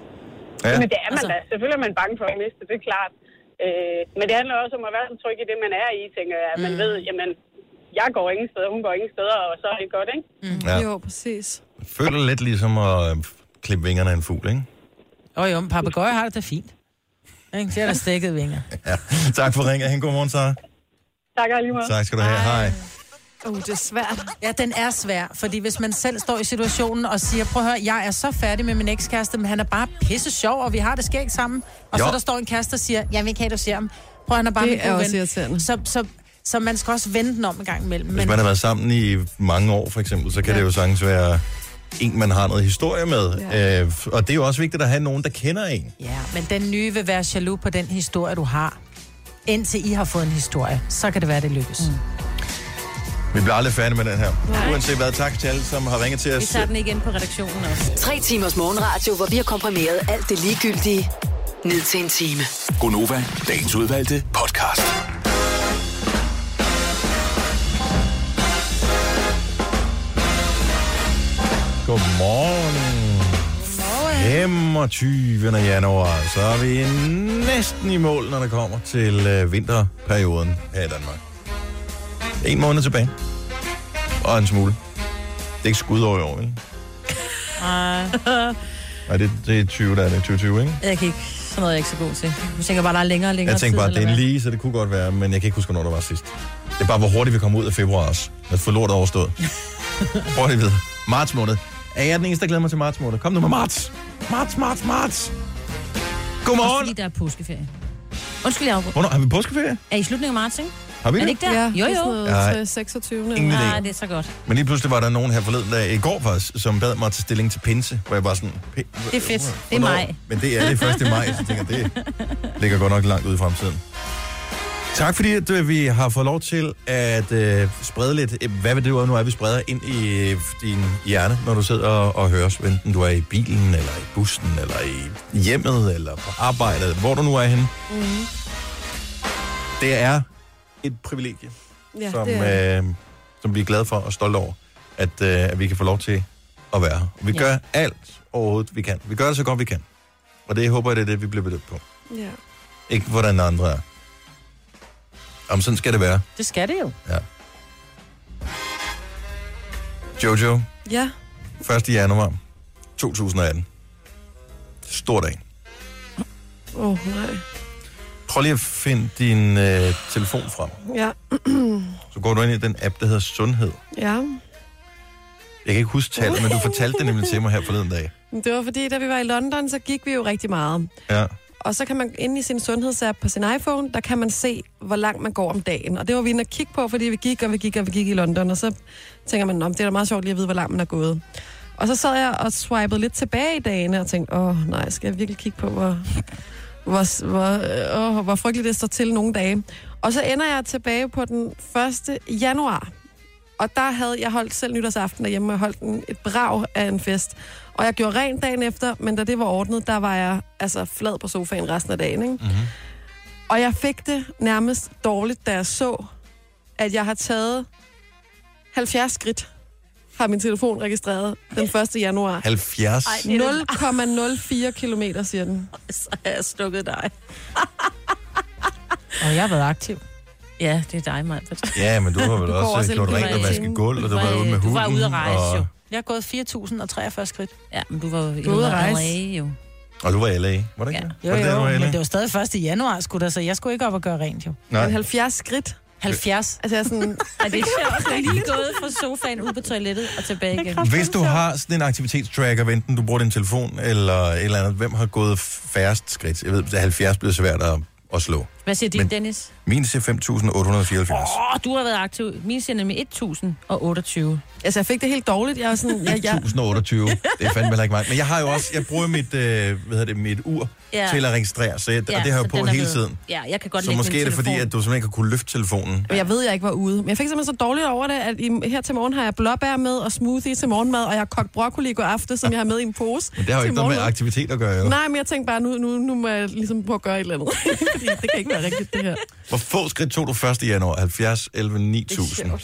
Ja. Men det er man altså, da. Selvfølgelig er man bange for at miste, det er klart. Øh, men det handler også om at være så tryg i det, man er i, tænker jeg. Man mm. ved, jamen, jeg går ingen steder, hun går ingen steder, og så er det godt, ikke? Mm. Ja. Jo, præcis. Føler lidt ligesom at øh, klippe vingerne af en fugl, ikke? Jo, jo, men papegøje har det da fint. Det er der stikket vinger. Ja. Tak for ringet. En god morgen, Sara. Tak, lige meget. Tak skal du have. Hej. Uh, det er svært. Ja, den er svær, fordi hvis man selv står i situationen og siger, prøv at høre, jeg er så færdig med min ekskæreste, men han er bare pisse sjov, og vi har det skægt sammen. Og jo. Så der står en kæreste og siger, ja, vi kan du se ham. Prøv, han er bare det min er gode ven. Så, så, så man skal også vende den om en gang imellem. Hvis men... man har været sammen i mange år, for eksempel, så kan ja. det jo sagtens være en, man har noget historie med. Ja. Øh, og det er jo også vigtigt at have nogen, der kender en. Ja, men den nye vil være jaloux på den historie, du har. Indtil I har fået en historie, så kan det være, det lykkes. Mm. Vi bliver aldrig færdige med den her. Nej. Uanset hvad, tak til alle, som har ringet til os. Vi tager den igen på redaktionen også. Tre timers morgenradio, hvor vi har komprimeret alt det ligegyldige ned til en time. Gonova, dagens udvalgte podcast. Godmorgen. femogtyvende januar. Så er vi næsten i mål, når det kommer til øh, vinterperioden her i Danmark. En måned tilbage. Og en smule. Det er ikke skud over i år, vel? Nej. Nej, det, det er tyve, der er det. tyve tyve, ikke? Jeg kan ikke. Sådan noget er jeg ikke så god til. Jeg tænker bare, der er længere og længere Jeg tænker tid, bare, det er lige, så det kunne godt være, men jeg kan ikke huske, hvornår det var sidst. Det er bare, hvor hurtigt vi kom ud af februar også. At få lort overstået. Hurtigt videre. Marts måned. Er jeg den eneste, der glæder mig til marts måned? Kom nu med marts. Marts, marts, marts. Godmorgen. Også fordi der er påskeferie. Undskyld, jeg afbryder. Hvornår har vi påskeferie? Er I slutningen af marts, ikke? Har vi er det? ikke der? Ja, jo, jo. Det er sådan seksogtyvende Ingen idé. Nej, det er så godt. Men lige pludselig var der nogen her forleden dag, i går faktisk, som bad mig at tage stilling til pinse, hvor jeg bare sådan... Det er fedt. Det er maj. Men det er det første maj, så tænker jeg, det ligger godt nok langt ude i fremtiden. Tak fordi at, øh, vi har fået lov til at øh, sprede lidt, øh, hvad vil det nu er, vi spreder ind i øh, din hjerne, når du sidder og, og hører os, enten du er i bilen, eller i bussen, eller i hjemmet, eller på arbejdet, hvor du nu er henne. Mm-hmm. Det er et privilegie, ja, som, det øh, som vi er glade for og stolte over, at, øh, at vi kan få lov til at være her. Vi ja. gør alt overhovedet, vi kan. Vi gør det så godt, vi kan. Og det håber jeg, det er det, vi bliver bedømt på. Ja. Ikke hvordan andre er. Jamen, sådan skal det være. Det skal det jo. Ja. Jojo. Ja. første januar to tusind atten. Stor dag. Åh, oh, nej. Prøv lige at finde din øh, telefon frem. Ja. Så går du ind i den app, der hedder Sundhed. Ja. Jeg kan ikke huske tallet, men du fortalte det nemlig til mig her forleden dag. Det var fordi, da vi var i London, så gik vi jo rigtig meget. Ja. Og så kan man inde i sin sundhedsapp på sin iPhone, der kan man se, hvor langt man går om dagen. Og det var vi inde og kigge på, fordi vi gik og vi gik og vi gik i London. Og så tænker man, det er da meget sjovt lige at vide, hvor langt man er gået. Og så sad jeg og swipede lidt tilbage i dagene og tænkte, åh nej, skal jeg virkelig kigge på, hvor, hvor, hvor, åh, hvor frygteligt det står til nogle dage. Og så ender jeg tilbage på den første januar. Og der havde jeg holdt selv nytårsaften derhjemme, og holdt en, et brag af en fest. Og jeg gjorde rent dagen efter, men da det var ordnet, der var jeg altså flad på sofaen resten af dagen. Ikke? Mm-hmm. Og jeg fik det nærmest dårligt, da jeg så, at jeg har taget halvfjerds skridt, har min telefon registreret den første januar. halvfjerds? nul komma nul fire kilometer, siger den. Så har jeg stukket dig. Og jeg har været aktiv. Ja, det er dig, Maja. Ja, men du har vel Du går også også gjort en rent og kilometer. vasket gulv, og du Du var var- ude med du hunden. var ude at rejse, og, jo. Jeg har gået fire tusind og treogfyrre skridt. Ja, men du var jo Du var ude at rejse. L A, jo. og du var i L A, var det ikke? Jo, Var det jo, der, du var i men L A? det var stadig første januar, skulle der, så jeg skulle ikke op og gøre rent, jo. Nej. Men halvfjerds skridt. halvfjerds. Altså jeg er sådan... Er det sjovt? Jeg er lige gået fra sofaen ud på toilettet og tilbage igen. Hvis du har sådan en aktivitetstracker, enten du bruger din telefon eller et eller andet, hvem har gået færrest skridt? Jeg ved, at halvfjerds bliver svært at, at slå. Hvad siger din, Men- Dennis? Min siger fem tusind otte hundrede og fireoghalvfjerds. Åh, oh, du har været aktiv. Min siger nemlig et tusind og otteogtyve. Altså jeg fik det helt dårligt. Jeg var sådan... Jeg, jeg, tusind og otteogtyve. Det er fandme heller ikke meget. Men jeg har jo også, jeg bruger mit, øh, hvad hedder det, mit ur Ja. til at registrere, så jeg, Ja, og det har jeg så på den er hele blevet- tiden. Ja, jeg kan godt Så lægge måske min er det fordi, telefon. at du simpelthen ikke har kunne løfte telefonen. jeg ved, jeg ikke var ude. Men jeg fik simpelthen så dårligt over det, at i, her til morgen har jeg blåbær med og smoothie til morgenmad, og jeg har kogt broccoli i går aftes, som jeg har med i en pose. Men det har jo til ikke noget med morgenmad. aktivitet at gøre, jo. Nej, men jeg tænkte bare, nu, nu, nu må jeg ligesom prøve at gøre et eller andet. Fordi det kan ikke være rigtigt, det her. Hvor få skridt tog du første januar? halvfjerds, elleve, ni Det er tusind. sjovt.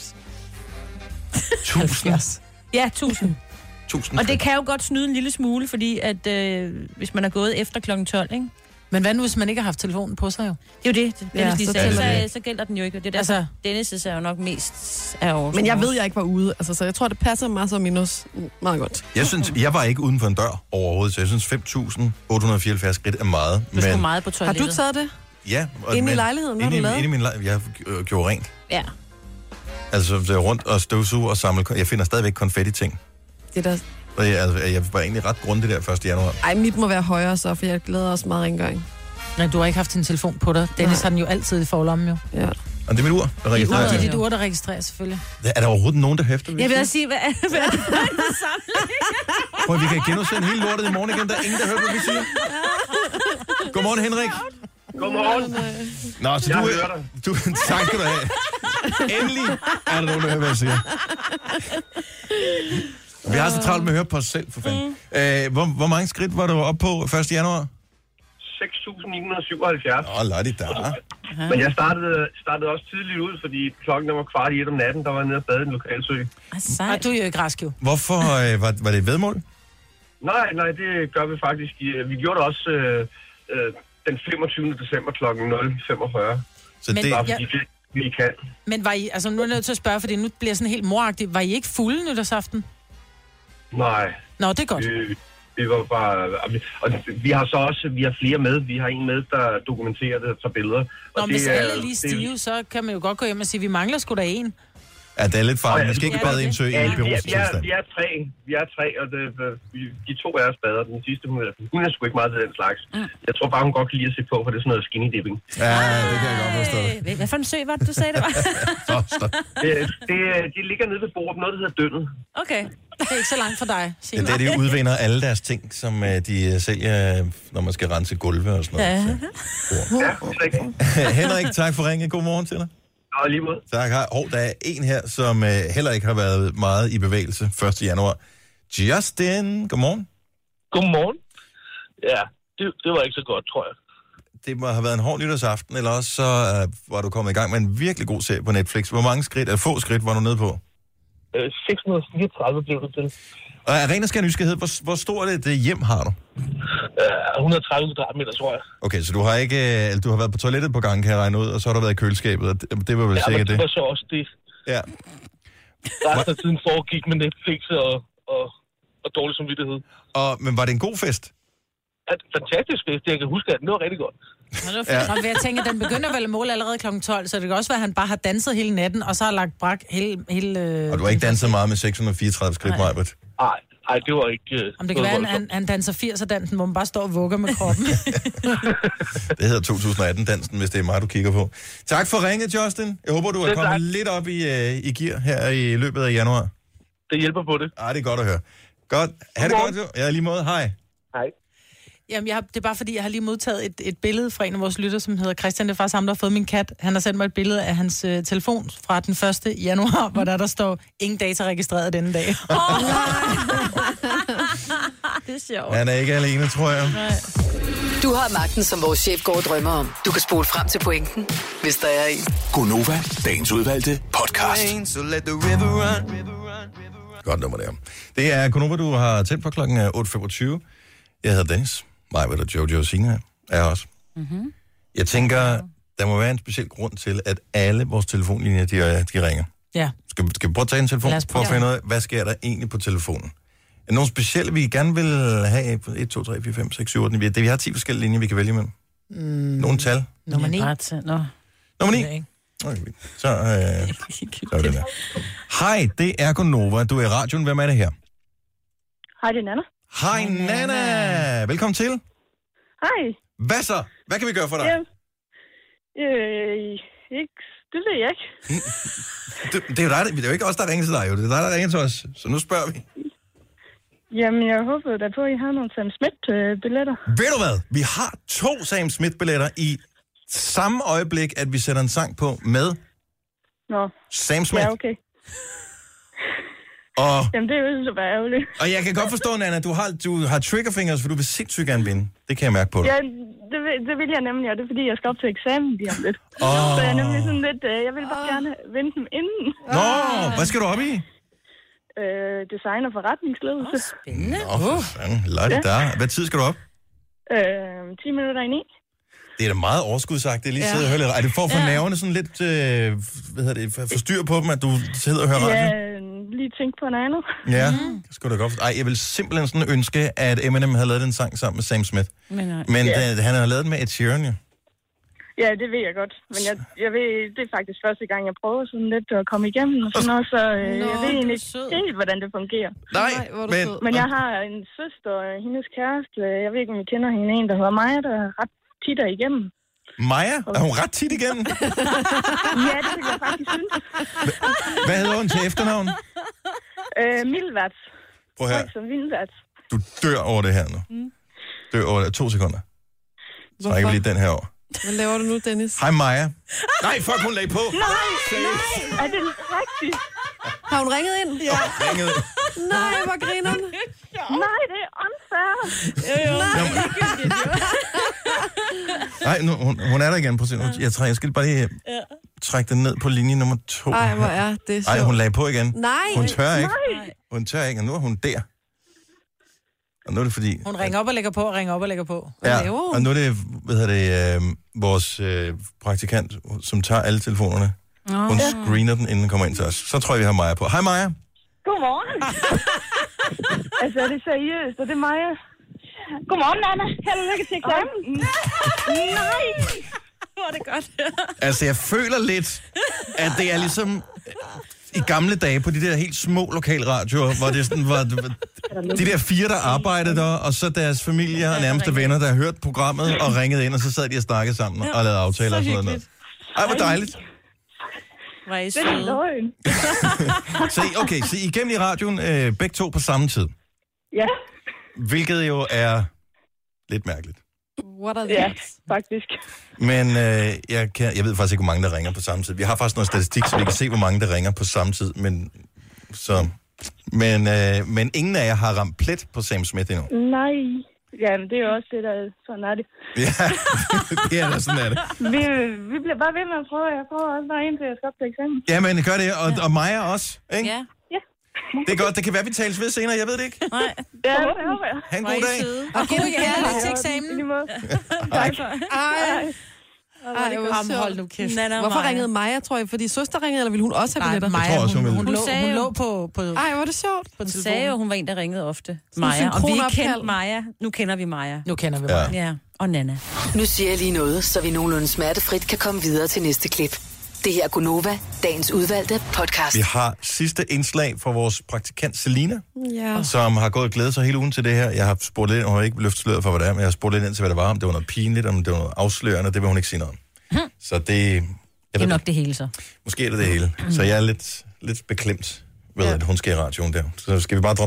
tusind. Ja, tusind. tusind. Og det kan jo godt snyde en lille smule, fordi at øh, hvis man er gået efter klokken tolv, ikke? Men hvad nu, hvis man ikke har haft telefonen på sig, jo? Det er jo det. Dennis Ja, lige så sagde, tæller så, det. så gælder den jo ikke. Det er derfor, Altså- Dennis' er jo nok mest af års. Men jeg ved, jeg ikke var ude. Altså, så jeg tror, det passer mig som minus meget godt. Jeg synes, jeg var ikke uden for en dør overhovedet, så jeg synes fem tusind otte hundrede og fireoghalvfjerds skridt er meget. Du skulle Men meget på Har toilettet. du taget det? ja, og, Inde i men- lejligheden? Hvad har Inde, du i- lavet? inde i min lejlighed. Jeg øh, gjorde rent. Ja. Altså, det er rundt og støvsuge og samle. Jeg finder stadigvæk konfetti-ting. Det der... Og jeg, altså, jeg var egentlig ret grundig der første januar. Ej, mit må være højere så, for jeg glæder også meget rengøring. Nej, du har ikke haft din telefon på dig. Dennis Nej. har den jo altid i forlommen, jo. Ja. Og det er mit ur, der registrerer Det er det. dit ur, der registrerer, selvfølgelig. Er der overhovedet nogen, der hæfter ved Jeg vil det? også sige, hvad, hvad er det for en samling? Prøv, at vi kan genudsende hele lortet i morgen igen. Der er ingen, der hører, hvad vi siger. Godmorgen, Henrik. Godmorgen. Nå, så Jeg du, hører dig. du, tak skal du have. Endelig er der nogen, der hører, hvad jeg siger. Vi har så travlt med at høre på os selv, for fanden. Mm. Øh, hvor, hvor mange skridt var du oppe på første januar? seks tusind ni hundrede og syvoghalvfjerds. Åh, lad det da. Men jeg startede, startede også tidligt ud, fordi klokken var kvart i et om natten, der var jeg nede og bade i en lokalsø. Nej, du er jo ikke rask, jo. Hvorfor øh, var, var det et vedmål? Nej, nej, det gør vi faktisk. i- Vi gjorde det også øh, øh, den femogtyvende december klokken nul femogfyrre. Så Men det, Bare Ja. fordi det, vi kan. Men var I, altså nu er jeg nødt til at spørge, fordi nu bliver jeg sådan helt moragtig. Var I ikke fulde nytårsaften? Nej. Nå, det er godt. Vi, vi var bare... Og vi har så også vi har flere med. Vi har en med, der dokumenterer det og tager billeder. Nå, Og hvis det er- alle er lige stive, så kan man jo godt gå hjem og sige, vi mangler sgu da en. ja, det er lidt farligt. Vi skal ikke Ja, bade i en sø i Ja, en vi, er, vi, er, beruselsestilstand. vi er tre, vi er tre, og det, vi- de to er os bader. Den sidste, hun er, hun er sgu ikke meget til den slags. Jeg tror bare, hun godt kan lide at se på, for det er sådan noget skinny dipping. Ja, det kan jeg godt forstå. Øh, Hvad for en sø var det, du sagde, det var? Foster. Det, det, de ligger nede ved bordet, noget der hedder Dønnet. Okay. Det er ikke så langt for dig, Det er der, de udvinder alle deres ting, som uh, de uh, sælger, når man skal rense gulve og sådan noget. Ja, Ja, Henrik, tak for ringet. God morgen til dig. Og lige måde. Tak. Hej. Oh, der er en her, som uh, heller ikke har været meget i bevægelse første januar. Justin, godmorgen. Godmorgen. Ja, det, det var ikke så godt, tror jeg. Det må have været en hård nytårsaften, eller også så uh, var du kommet i gang med en virkelig god serie på Netflix. Hvor mange skridt, eller få skridt, var du nede på? Øh, seks hundrede og fireogtredive blev det til. Og af ren og skær nysgerrighed, hvor, hvor stort et uh, hjem har du? Øh, et hundrede og tredive kvadratmeter, tror jeg. Okay, så du har ikke, uh, du har været på toilettet på gangen, kan jeg regne ud, og så har du været i køleskabet, og det, det var vel Ja, sikkert men det det. var så også det. Ja. Resten af tiden foregik med Netflix og, og, og dårlig samvittighed. Og, men var det en god fest? Ja, fantastisk fest. Jeg kan huske, at det var rigtig godt. Ja. Og jeg tænker, den begynder vel at måle allerede klokken tolv, så det kan også være, at han bare har danset hele natten, og så har lagt brak hele... hele øh, Og du har ikke danset meget med seks hundrede og fireogtredive skridt, Majbert? Nej, nej, det var ikke... Øh, Om det kan være, at han, han danser firser-dansen, hvor man bare står og vugger med kroppen. Det hedder to tusind og atten-dansen, hvis det er mig, du kigger på. Tak for ringet, Justin. Jeg håber, du er Selv kommet tak. lidt op i, uh, i gear her i løbet af januar. Det hjælper på det. Ah, det er godt at høre. Godt. Ha' det godt, jo. Ja, lige måde. Hej. Hej. Jamen, jeg har, det er bare fordi, jeg har lige modtaget et, et billede fra en af vores lytter, som hedder Christian. Det er faktisk ham, der har fået min kat. Han har sendt mig et billede af hans øh, telefon fra den første januar, hvor der, der står, ingen data registreret denne dag. Oh, det er sjovt. Han er ikke alene, tror jeg. Nej. Du har magten, som vores chef går og drømmer om. Du kan spole frem til pointen, hvis der er en. Gonova, dagens udvalgte podcast. Godt nummer der. Det er Gonova, du har tændt på klokken otte femogtyve. Jeg hedder Dennis. Mig, ved der Jojo og Signe er også. Mm-hmm. Jeg tænker, der må være en speciel grund til, at alle vores telefonlinjer, de, de ringer. Ja. Skal, skal vi prøve at tage en telefon for at finde ud af, hvad sker der egentlig på telefonen? Er der nogle specielle, vi gerne vil have? et, to, tre, fire, fem, seks, syv, otte, ni. Vi har ti forskellige linjer, vi kan vælge imellem. Mm. Nogle tal. Nummer ni. Nå. Nummer ni. Okay, så, øh, så er det der. Hej, det er Gonova. Du er i radioen. Hvem er det her? Hej, det er Nana. Hej, Nana. Velkommen til. Hej. Hvad så? Hvad kan vi gøre for dig? Ja. Øh, ikke, det ved jeg ikke. det, det, er jo dig, det er jo ikke os, der ringer til dig. Jo. Det er dig, der ringer til os. Så nu spørger vi. Jamen, jeg håber da på, at I har nogle Sam Smith-billetter. Ved du hvad? Vi har to Sam Smith-billetter i samme øjeblik, at vi sætter en sang på med Nå. Sam Smith. Ja, okay. Og, Jamen, det er jo så bare ærgerligt. Og jeg kan godt forstå, Nana, du har, du har triggerfingers, for du vil sindssygt gerne vinde. Det kan jeg mærke på dig. Ja, det vil, det vil jeg nemlig, og det er fordi, jeg skal op til eksamen lige om lidt. Oh. Så jeg er nemlig sådan lidt, øh, jeg vil bare gerne vinde dem inden. Nå, hvad skal du op i? Øh, design og forretningsledelse. Oh, spændende. Nå, for fanden. Lad det der. Hvad tid skal du op? Øh, ti minutter i ni. Det er da meget overskudsagtigt, lige Ja. sidde og høre lidt. Er det for at få Ja. nerverne sådan lidt, øh, hvad hedder det, for styr på dem, at du sidder og hører radio? Ja, lige tænke på noget andet. Ja, det skulle da godt. Ej, jeg vil simpelthen sådan ønske, at Eminem havde lavet den sang sammen med Sam Smith. Men, nej. Men Ja. da, han har lavet den med Ed Sheeran, jo. Ja, det ved jeg godt. Men jeg, jeg ved, det er faktisk første gang, jeg prøver sådan lidt at komme igennem og sådan noget, så øh, Nå, jeg ved egentlig du er ikke helt, hvordan det fungerer. Nej, hvor er du men... sød. Men jeg har en søster og hendes kæreste, jeg ved ikke, om I kender hende, en, der hedder Maja, der er ret tit er igennem. Maja? Er hun ret tit igennem? Ja, det vil jeg faktisk synes. Hvad hedder hun til efternavn? Øh, Mildværts. Prøv her. Som Vildværts. Du dør over det her nu. Mm. Dør over det. To sekunder. Så rækker vi lige den her over. Hvad laver du nu, Dennis? Hej, Maja. Nej, fuck, hun lagde på. Nej, nej, er det rigtigt? Har hun ringet ind? Ja. Ringet. Nej, hvor griner hun. Nej, det er unfair. Jo, jo. Nej, nu, hun, hun er der igen. Prøv at se. Nu- Jeg, træ, jeg skal bare lige trække den ned på linje nummer to. Ej, hvor er det sjovt. Ej, hun lagde på igen. Nej. Hun tør ikke. Nej. Hun tør ikke, og nu er hun der. Og nu er det fordi... Hun ringer op og lægger på, og ringer op og lægger på. Ja, og nu er det, hvad hedder det, øh, vores øh, praktikant, som tager alle telefonerne. Oh. Hun screener den, inden den kommer ind til os. Så tror jeg, vi har Maja på. Hej, Maja. Godmorgen. altså, er det seriøst? Er det Maja? Godmorgen, Anna. Held og lykke til eksamen. Nej. Hvor er det godt. Altså, jeg føler lidt, at det er ligesom i gamle dage på de der helt små lokalradioer, hvor det sådan var de der fire, der arbejdede der, og så deres familier og nærmeste venner, der har hørt programmet og ringet ind, og så sad de og snakkede sammen og lavede aftaler og sådan noget. Ej, hvor dejligt. Var I Det er søde? løgn. Så, I- okay, så I er igennem i radioen øh, begge to på samme tid, Ja, hvilket jo er lidt mærkeligt. What are ja, these? faktisk. Men øh, jeg, kan, jeg ved faktisk ikke, hvor mange, der ringer på samme tid. Vi har faktisk noget statistik, så vi kan se, hvor mange, der ringer på samme tid. Men, så, men, øh, men ingen af jer har ramt plet på Sam Smith endnu. Nej. Jamen, det er jo også det, der sådan er det. Ja, det er da sådan er det. Vi, vi bliver bare ved med at prøve. Jeg prøver også bare indtil jeg skal op til eksamen. Ja, men gør det, og, og Maja også, ikke? Ja. Ja. Det er godt, det kan være, vi tales ved senere, jeg ved det ikke. Nej. Ja, det håber jeg. Ha' en Var god I dag. søde? Og god kærlighed til eksamen. I lige måde. Hej. Ej. Ej, hvor Jamen, sjovt. hold nu kæft. Nana og Hvorfor Maja. ringede Maja, tror jeg? Fordi søster ringede, eller ville hun også have Nej, billetter? Maja, Jeg tror også, hun hun, ville. hun, Hun lå, sagde hun jo- lå på, på, Ej, hvor er det sjovt. på Hun telefonen. sagde jo, hun var en, der ringede ofte. en Maja. Og vi synkronopkald. kendte Maja. Nu kender vi Maja. Nu kender vi Ja. mig. Ja. Og Nana. Nu siger jeg lige noget, så vi nogenlunde smertefrit kan komme videre til næste klip. Det her er Gonova, dagens udvalgte podcast. Vi har sidste indslag fra vores praktikant Selina, Ja. som har gået og glædet sig hele ugen til det her. Jeg har spurgt lidt ind, hun har ikke løftet sløret for, hvad det er, men jeg har spurgt lidt ind til, hvad det var, om det var noget pinligt, om det var noget afslørende, det vil hun ikke sige noget om. Hmm. Så det... Jeg Det er ved, nok det hele så. måske er det det hele. Så jeg er lidt, lidt beklemt ved, Ja. at hun skal i radioen der. Så skal vi bare droppe det.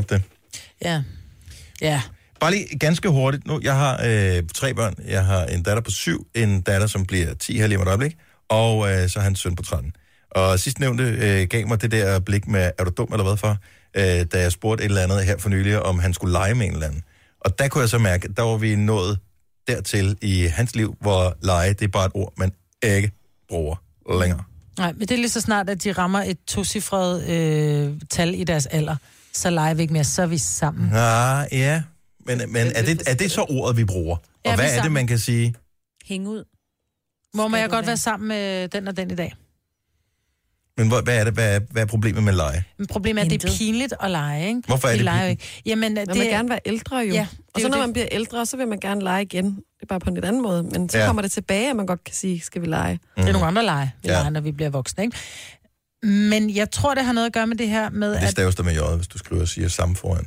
Ja. Ja. Bare lige ganske hurtigt nu. Jeg har øh, tre børn. Jeg har en datter på syv, en datter, som bliver ti her lige om et øjeblik, og øh, så har han en søn på tretten. Og sidstnævnte øh, gav mig det der blik med, er du dum eller hvad for, øh, da jeg spurgte et eller andet her for nylig, om han skulle lege med en eller anden. Og der kunne jeg så mærke, at der var vi nået dertil i hans liv, hvor lege, det er bare et ord, man ikke bruger længere. Nej, men det er lige så snart, at de rammer et tocifret øh, tal i deres alder. Så leger vi ikke mere, så er vi sammen. Ah, ja, men, men er, det, er det så ordet, vi bruger? Og Ja, hvad vi er er det, man kan sige? Hæng ud. Hvor må jeg godt være sammen med den og den i dag? Men hvad, hvad er det? Hvad er, hvad er problemet med lege? Men problemet er, at det er pinligt at lege, ikke? Hvorfor er Vi det leger jo pinligt? ikke. Jamen, Man det vil gerne være ældre jo. Ja, og så jo når det. man bliver ældre, så vil man gerne lege igen. Det er bare på en lidt anden måde. Men så Ja. ja. kommer det tilbage, at man godt kan sige, skal vi lege? Det er nogle andre lege, vi Ja. leger, når vi bliver voksne, ikke? Men jeg tror, det har noget at gøre med det her med, Det at... staves der med jøjet, hvis du skriver og siger samme foran.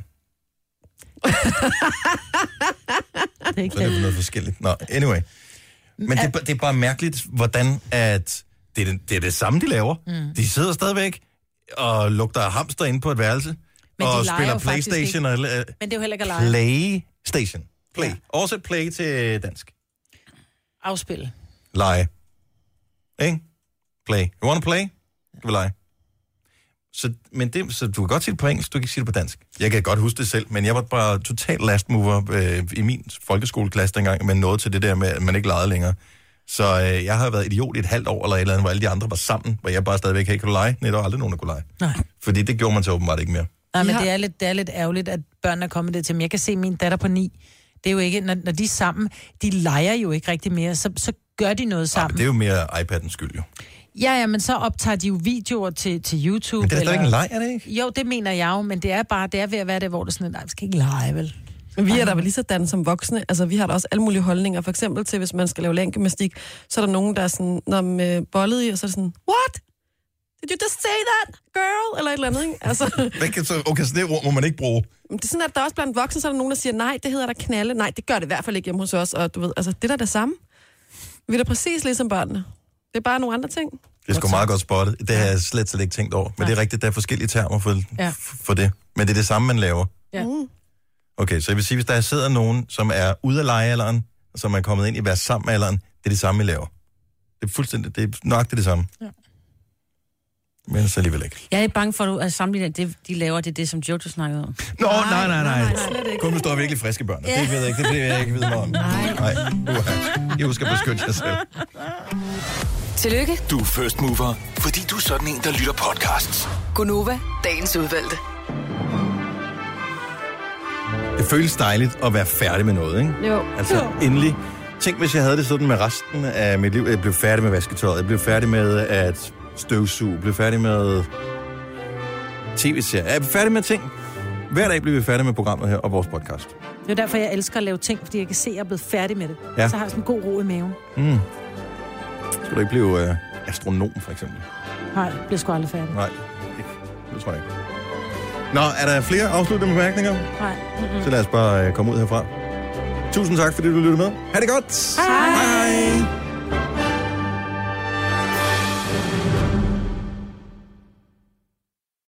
Det er ikke Så er det noget forskelligt. Nå, anyway. Men det, er- det er bare mærkeligt, hvordan at det er det, det, er det samme, de laver. Mm. De sidder stadigvæk og lugter af hamster inde på et værelse, Men de og leger spiller jo faktisk PlayStation. ikke. Og, uh, Men det er jo heller ikke at lege. PlayStation. Play. Ja. Også play til dansk. Afspil. Lege. Ikke? Play. You wanna play? Skal vi lege? Så, men det, så du kan godt sige det på engelsk, du kan ikke sige det på dansk. Jeg kan godt huske det selv, men jeg var bare total lastmover øh, i min folkeskoleklasse dengang, men nåede til det der med, at man ikke legede længere. Så øh, jeg har været idiot i et halvt år eller et eller andet, hvor alle de andre var sammen, hvor jeg bare stadigvæk ikke kunne lege. Nej, der var aldrig nogen, der kunne lege. Nej. Fordi det gjorde man så åbenbart ikke mere. Nej, men har- det er, lidt, det er lidt ærgerligt, at børnene er kommet det til. Men jeg kan se min datter på ni. Det er jo ikke, når, når de er sammen, de leger jo ikke rigtig mere, så, så gør de noget Ja, sammen. det er jo mere iPad'ens skyld, jo. Ja, ja, men så optager de jo videoer til, til YouTube. Men det er eller... stadig ikke en leg, er det ikke? Jo, det mener jeg jo, men det er bare, det er ved at være det, hvor det er sådan, nej, vi skal ikke lege, vel? Men vi er der vel lige sådan som voksne. Altså, vi har da også alle mulige holdninger. For eksempel til, hvis man skal lave længdegymnastik, så er der nogen, der er sådan, når man bollet i, og så er det sådan, what? Did you just say that, girl? Eller et eller andet, ikke? Altså, Hvad kan så, okay, så det ord må man ikke bruge. det er sådan, at der også blandt voksne, så er der nogen, der siger, nej, det hedder der knalde. Nej, det gør det i hvert fald ikke hjemme hos os. Og du ved, altså, det er da det samme. Vi er da præcis ligesom børnene. Det er bare nogle andre ting. Det er sgu meget godt spottet. Det har jeg slet, slet ikke tænkt over. Men det er rigtigt, der er forskellige termer for, Ja. for det. Men det er det samme, man laver. Ja. Mm. Okay, så jeg vil sige, hvis der sidder nogen, som er ude af legealderen, og som er kommet ind i være sammen alderen, det er det samme, vi laver. Det er fuldstændig, det er nøjagtigt det samme. Ja. Men så alligevel ikke. Jeg er bange for, at du altså, sammenligner det, de laver, det er det, som Jojo snakkede om. Nå, nej, nej, nej. nej, slet ikke. Kun hvis du har virkelig friske børn. Det ved jeg ikke, det vil jeg ikke vide mig om. Nej. Nej, uha. I husker at beskytte jer selv. Tillykke, Du er first mover, fordi du er sådan en, der lytter podcasts. Gunova, dagens udvalgte. Det føles dejligt at være færdig med noget, ikke? Jo. Altså, Jo. endelig. Tænk, hvis jeg havde det sådan med resten af mit liv. Jeg blev færdig med vasketøjet. Jeg blev færdig med at støvsuge. Jeg blev færdig med tv-serier. Jeg blev færdig med ting. Hver dag bliver vi færdige med programmet her og vores podcast. Det er derfor, jeg elsker at lave ting, fordi jeg kan se, at jeg er blevet færdig med det. Ja. Så har jeg sådan en god ro i maven. Mm. Skal du ikke blive øh, astronom, for eksempel? Nej, jeg bliver sgu aldrig færdig. Nej, ikke. Det tror jeg ikke. Nå, er der flere afsluttende bemærkninger? Nej. Så lad os bare øh, komme ud herfra. Tusind tak, fordi du lyttede med. Ha' det godt! Hej! Hej!